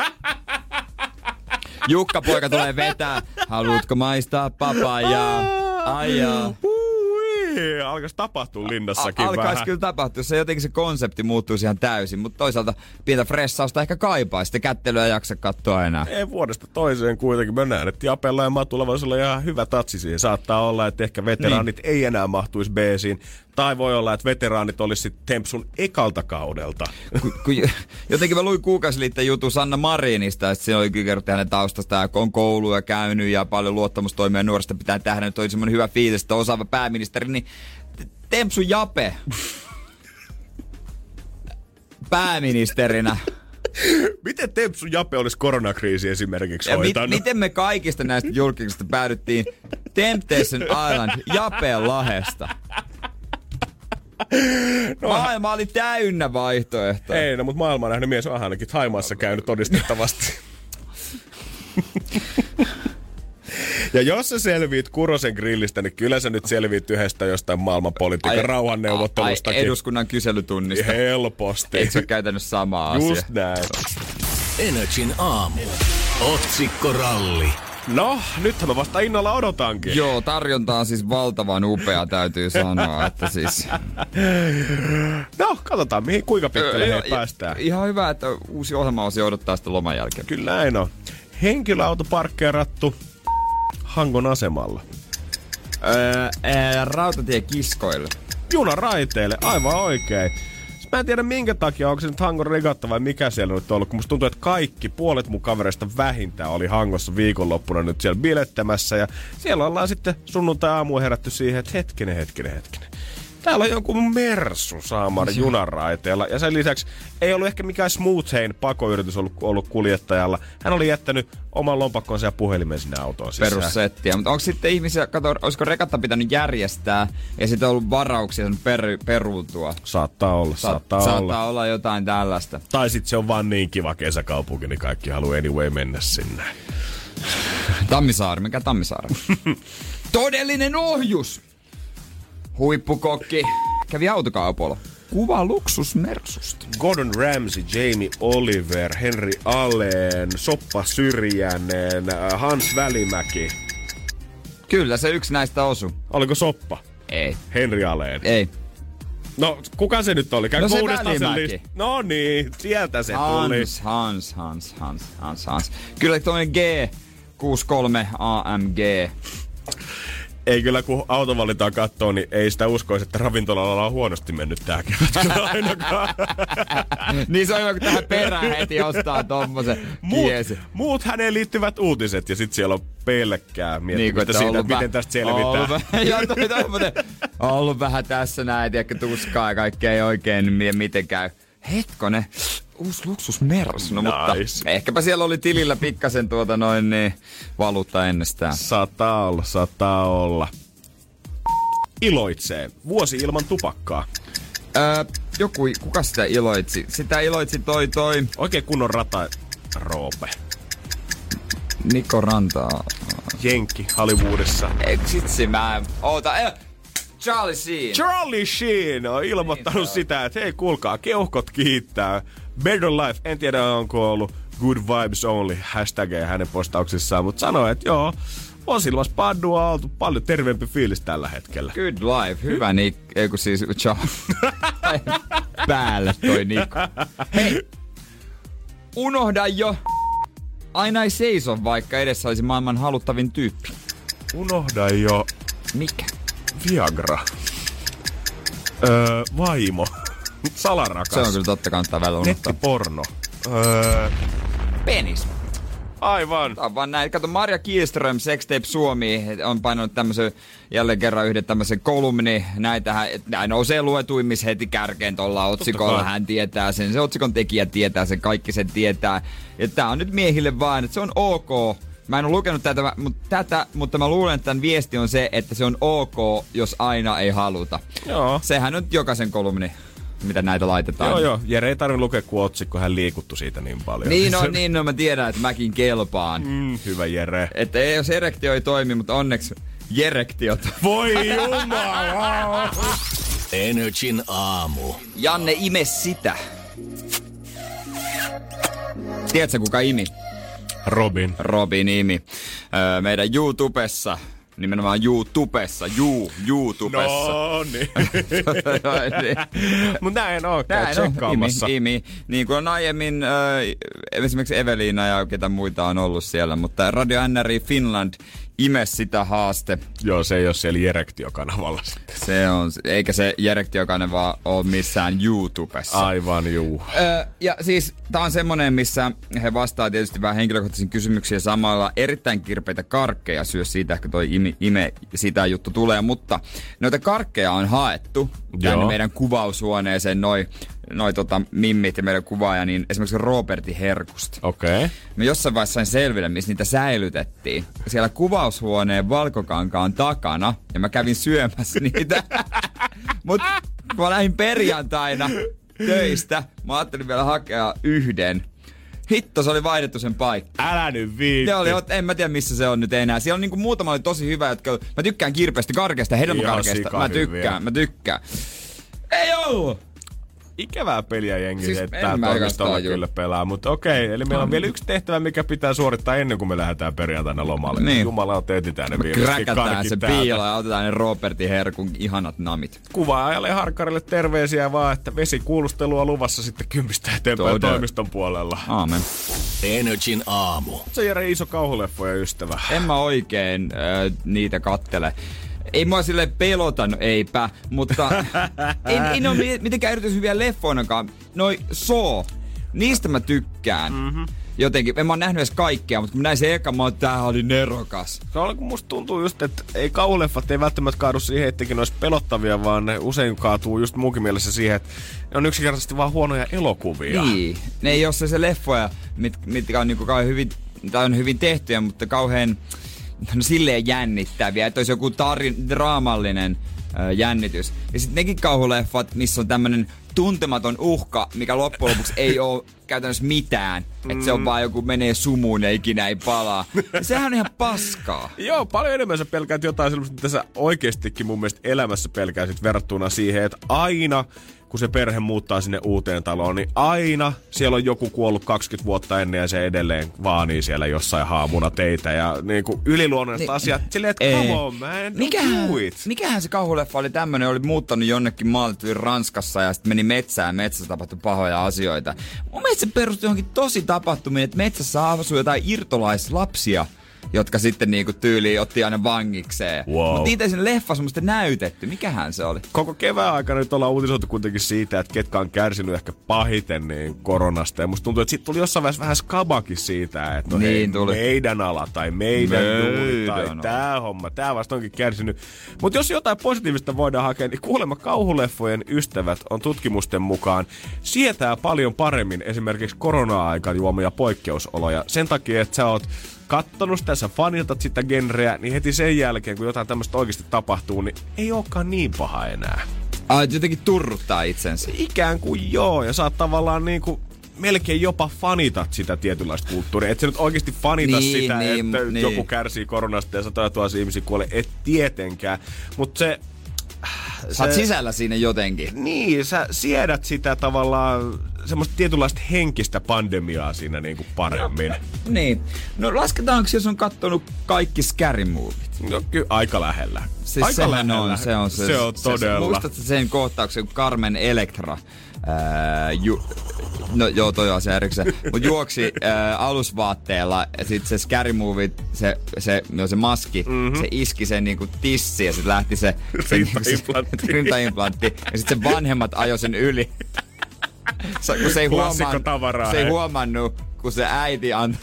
Jukka-poika tulee vetää. Haluatko maistaa papajaa? Aijaa. Alkaisi tapahtua linnassakin vähän. Alkaisi kyllä tapahtua. Se jotenkin se konsepti muuttuisi ihan täysin, mutta toisaalta pientä fressausta ehkä kaipaa. Sitten kättelyä ei jaksa katsoa enää. Ei vuodesta toiseen kuitenkin. Mä näen, että Japella ja Matulla voisi olla ihan hyvä tatsi siihen. Saattaa olla, että ehkä veteraanit ei enää mahtuisi B-siin. Tai voi olla, että veteraanit olisi sitten Tempsun ekalta kaudelta. Jotenkin mä luin kuukausiliitteen jutun Sanna Marinista, että se oli kyllä kerrottu hänen taustasta ja on kouluja käynyt ja paljon luottamustoimia nuorista pitää tehdä. Nyt oli semmoinen hyvä fiilis, että osaava pääministeri, niin Tempsun Jape pääministerinä. Miten Tempsun Jape olisi koronakriisi esimerkiksi hoitanut? Miten me kaikista näistä julkisista päädyttiin Temptation Island Japeen lahesta? No, maailma oli täynnä vaihtoehtoja. Ei, no, mutta maailma on nähnyt mies on ainakin Thaimaassa käynyt todistettavasti. Ja jos sä selviit Kurosen grillistä, niin kyllä sä nyt selviit yhdestä jostain maailmanpolitiikan rauhanneuvottelustakin. Eduskunnan kyselytunnista. Helposti. Eikö se ole käytännössä sama asia? Just näin. Energin aamu. Otsikkoralli. No, nythän mä vasta innolla odotankin. Joo, tarjonta on siis valtavan upea, täytyy sanoa, että siis... No, katsotaan kuinka pitkälle päästään. Ihan hyvä, että uusi ohjelmaosio odottaa sitä loman jälkeen. Kyllä näin on. Henkilöauto parkkeerattu Hangon asemalla. Rautatiekiskoille. Junaraiteille, aivan oikein. Mä en tiedä minkä takia, onko se nyt Hangon regatta vai mikä siellä nyt on ollut, kun musta tuntuu, että puolet mun kavereista vähintään oli Hangossa viikonloppuna nyt siellä bilettämässä ja siellä ollaan sitten sunnuntai-aamuun herätty siihen, että hetkinen. Täällä on joku Mersu saamari junaraiteella ja sen lisäksi ei ollut ehkä mikään Smoothhain pakoyritys ollut kuljettajalla. Hän oli jättänyt oman lompakkonsa ja puhelimen sinne autoon sisään. Perussettiä, mutta onko sitten ihmisiä, olisiko rekatta pitänyt järjestää ja sitten ollut varauksia peruutua? Saattaa olla. Saattaa olla jotain tällaista. Tai sitten se on vaan niin kiva kesäkaupunki, niin kaikki haluaa anyway mennä sinne. Tammisaari, mikä Tammisaari? Todellinen ohjus! Huippukokki kävi autokaupalla. Kuva luksusmersusta. Gordon Ramsay, Jamie Oliver, Henry Allen, Soppa Syrjänen, Hans Välimäki. Kyllä, se yksi näistä osui. Oliko Soppa? Ei. Henri Aleen. Ei. No, kuka se nyt oli? No se uudestaan sen Välimäki. No niin, sieltä se tuli. Hans. Kyllä toinen G63 AMG. Ei kyllä, kun autovalintaa katsoo, niin ei sitä uskoisi, että ravintolalla on huonosti mennyt tää kevät ainakaan. Niin se on hyvä, kun tähän perään heti ostaa tommosen kiesi. Muut häneen liittyvät uutiset, ja sit siellä on pelkkää miettimistä niin, siitä, miten tästä selvitään. Joo, on ollut vähän tässä näin, tiedätkö, tuskaa ja kaikkea ei oikein miten käy. Hetkonen, uusi luksusmersu, no, nice. Mutta ehkäpä siellä oli tilillä pikkasen niin valuutta ennestään. Saattaa olla. Iloitsee. Vuosi ilman tupakkaa. Kuka sitä iloitsi? Sitä iloitsi toi. Oikein kunnon Roope. Niko Rantaa. Jenkki Hollywoodissa. Sitsi mä oota. Charlie Sheen. Charlie Sheen on ilmoittanut sitä, että hei kuulkaa, keuhkot kiittää. Better Life, en tiedä onko ollut Good Vibes Only hashtagia hänen postauksissaan, mutta sanoi, että joo, on silloin Spaddua oltu paljon terveempi fiilis tällä hetkellä. Good Life, hyvä Eiku siis päälle toi Niko. Hei, unohda jo. Aina ei seiso, vaikka edessä olisi maailman haluttavin tyyppi. Unohda jo. Mikä? Viagra. Vaimo. Salarakas. Se on kyllä totta, kannattaa välillä unohtaa. Nettiporno. Penis. Aivan. Tämä on vaan näin. Kato, Marja Kielström, Sextape Suomi, on painanut tämmöisen, jälleen kerran yhden tämmöisen kolumni. Näitähän nousee luetuimmissa heti kärkeen tuolla otsikolla. Hän tietää sen. Se otsikon tekijä tietää sen, kaikki sen tietää. Ja tää on nyt miehille vaan, että se on ok. Mä en ole lukenut mutta mä luulen, että tämän viesti on se, että se on ok, jos aina ei haluta. Joo. Sehän on jokaisen kolumni, mitä näitä laitetaan. Joo. Jere ei tarvitse lukea kuin otsikko, hän liikuttu siitä niin paljon. Niin, mä tiedän, että mäkin kelpaan. Hyvä Jere. Että jos erektio ei toimi, mutta onneksi jerektiot. Voi jumala! Energin aamu. Janne, ime sitä. Tiedätkö, kuka imi? Robin imi. Meidän YouTubessa, nimenomaan YouTubessa. No niin. Mut näin on, käy tsekkaamassa. Imi. Niin kuin on aiemmin esimerkiksi Eveliina ja ketä muita on ollut siellä, mutta Radio NRI Finland ime sitä haaste. Joo, se ei ole siellä Jerektio-kanavalla sitten. Se on, eikä se Jerektio-kanava ole missään YouTubessa. Aivan juu. Ja siis tää on semmonen, missä he vastaa tietysti vähän henkilökohtaisiin kysymyksiin ja samalla erittäin kirpeitä karkkeja syö siitä, ehkä toi ime sitä juttu tulee, mutta noita karkkeja on haettu tänne meidän kuvaushuoneeseen noi mimmit ja meidän kuvaaja, niin esimerkiksi Robertin herkusta. Okei. Mä jossain vaiheessa sain selville, missä niitä säilytettiin. Siellä kuvaushuoneen valkokankaan takana, ja mä kävin syömässä niitä. Mut kun mä lähdin perjantaina töistä, mä ajattelin vielä hakea yhden. Hitto, se oli vaihdettu sen paikka. Älä nyt viitti. En mä tiedä missä se on nyt enää. Siellä on niinku muutama oli tosi hyvä, jotka mä tykkään kirpeästi karkeasta ja hedelmäkarkeasta. Mä tykkään. Ei ollut! Ikävää peliä jengi, siis että tää toimistolla kyllä pelaa, mutta okei. Eli meillä on vielä yksi tehtävä, mikä pitää suorittaa ennen kuin me lähdetään perjantaina lomalle. Niin. Jumala on teetitään ne viimeiset kräkätään se piilo ja otetaan ne Robertin herkun ihanat namit. Kuvaajalle Harkkarille terveisiä vaan, että vesikuulustelua luvassa sitten 10 eteenpäin toimiston puolella. Aamen. Energin aamu. Se Jere iso kauhuleffoja ystävä. En mä oikein niitä kattele. Ei mua silleen pelottanut, eipä, mutta ei ne ole mitenkään erityisen hyviä leffoinakaan. Noi niistä mä tykkään. Jotenkin, en mä oon nähnyt edes kaikkea, mutta kun näin se eka, mä oon, tää oli nerokas. Se on, kun musta tuntuu just, että ei kauhuleffat ei välttämättä kaadu siihen, ettekin ne olisi pelottavia, vaan ne usein kaatuu just muukin mielessä siihen, että ne on yksinkertaisesti vaan huonoja elokuvia. Niin, ne ei ole se leffoja, mitkä on niinku kauhean hyvin, tai on hyvin tehtyjä, mutta kauhean silleen jännittäviä, että olisi joku draamallinen jännitys. Ja sitten nekin kauhuleffat, missä on tämmönen tuntematon uhka, mikä loppujen lopuksi ei ole käytännössä mitään. Että se on vaan joku menee sumuun ja ikinä ei palaa. Ja sehän on ihan paskaa. Joo, paljon enemmän sä pelkäät jotain sellaista, mitä sä oikeestikin mun mielestä elämässä pelkäisit verrattuna siihen, että aina kun se perhe muuttaa sinne uuteen taloon, niin aina siellä on joku kuollut 20 vuotta ennen ja se edelleen vaanii siellä jossain haamuna teitä ja niinku yliluonnolliset asiat. Silleen, että come on, man, mikähän se kauhuleffa oli tämmönen, oli muuttanut jonnekin maalle, tuli Ranskassa ja sitten meni metsään ja metsässä tapahtui pahoja asioita. Mun mielestä se perustui johonkin tosi tapahtumiin, että metsässä asui jotain irtolaislapsia, jotka sitten niinku tyyliin otti aina vangikseen. Wow. Mutta niitä ei sen leffassa musta näytetty. Mikähän se oli? Koko kevään aikana nyt ollaan uutisoitu kuitenkin siitä, että ketkä on kärsinyt ehkä pahiten niin koronasta. Ja musta tuntuu, että siitä tuli jossain vaiheessa vähän skabakin siitä, että niin hei, meidän ala tai meidän duuni tai tää homma, tää vasta onkin kärsinyt. Mutta jos jotain positiivista voidaan hakea, niin kuulemma kauhuleffojen ystävät on tutkimusten mukaan sietää paljon paremmin esimerkiksi korona-aikaan juomia poikkeusoloja. Sen takia, että sä oot kattonut sitä, sä faniltat sitä genreä, niin heti sen jälkeen, kun jotain tämmöistä oikeasti tapahtuu, niin ei olekaan niin paha enää. Jotenkin turruttaa itsensä. Ikään kuin joo, ja sä oot tavallaan niinku melkein jopa fanitat sitä tietynlaista kulttuuria. Et sä nyt oikeasti fanita sitä, että joku kärsii koronasta ja 100 000 ihmisiä kuolee. Et tietenkään. Mutta se... Sä oot sisällä siinä jotenkin. Niin, sä siedät sitä tavallaan semmoista tietynlaista henkistä pandemiaa siinä niinku paremmin. Niin. No lasketaanko, jos on kattonut kaikki Scary Movit? No kyllä aika lähellä. Siis aika lähellä. Se on todella. Muistatko sen kohtauksen, kun Carmen Electra no joo, toi on se erikseen. Mut juoksi alusvaatteella ja sit se Scary Movie, se maski, se iski sen niinku tissi ja sit lähti se rintaimplantti. Ja sit se vanhemmat ajoi sen yli. Kun se ei huomannut, kun se äiti antoi.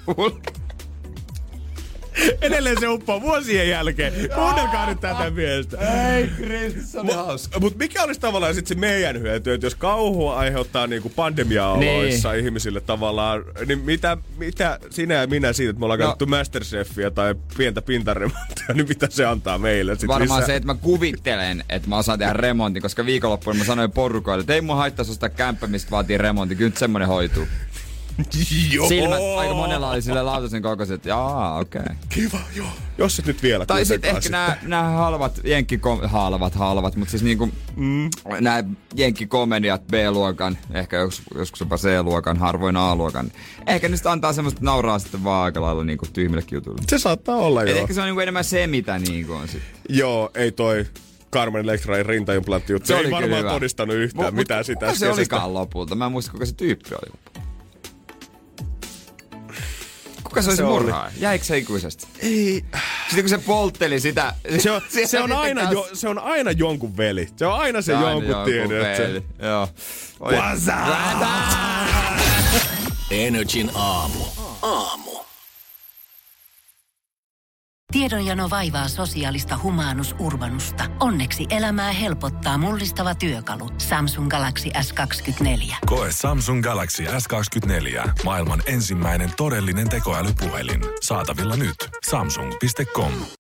Edelleen se uppoo vuosien jälkeen. Kuunnelkaa nyt tätä miestä. Ei, Kristus, se oli hauska. Mut mikä olisi tavallaan sit se meidän hyöty, että jos kauhua aiheuttaa niinku pandemia-oloissa ihmisille tavallaan, niin mitä sinä ja minä siitä, että me ollaan katsottu Masterchefia tai pientä pintaremonttia, niin mitä se antaa meille? Sit varmaan se, että mä kuvittelen, että mä osaan tehdä remontin, koska viikonloppuun mä sanoin porukoille, että ei mun haittaisi ostaa kämppä, mistä vaatii remontin. Kyllä nyt semmonen hoituu. Joo. Silmät aika monella oli sille lautasen kokoiset, että jaa, okei. Okay. Kiva, joo. Jos et nyt vielä. Tai sitten ehkä nämä halvat, halvat, mutta siis niinku nämä jenkkikomediat B-luokan, ehkä joskus jopa C-luokan, harvoin A-luokan. Ehkä nyt antaa semmoista nauraa sitten vaan aika lailla niinku tyhmillekin jutuille. Se saattaa olla, joo. Ehkä se on niinku enemmän se, mitä niinku on sitten. Joo, ei toi Carmen Electrain rintaimplantti juttu. Se ei varmaan hyvä. Todistanut yhtään mitään sitä. Kuka se olikaan lopulta? Mä en muista, kuka se tyyppi oli lopulta. Kuka se oli se murhaa? Jäikö se ikuisesti? Ei. Sitten kun se poltteli sitä... Se on aina jonkun veli. Se on aina se jonkun tiedä. Joo. Energin aamu. Tiedonjano vaivaa sosiaalista humanus urbanusta. Onneksi elämää helpottaa mullistava työkalu. Samsung Galaxy S24. Koe Samsung Galaxy S24. Maailman ensimmäinen todellinen tekoälypuhelin. Saatavilla nyt. Samsung.com.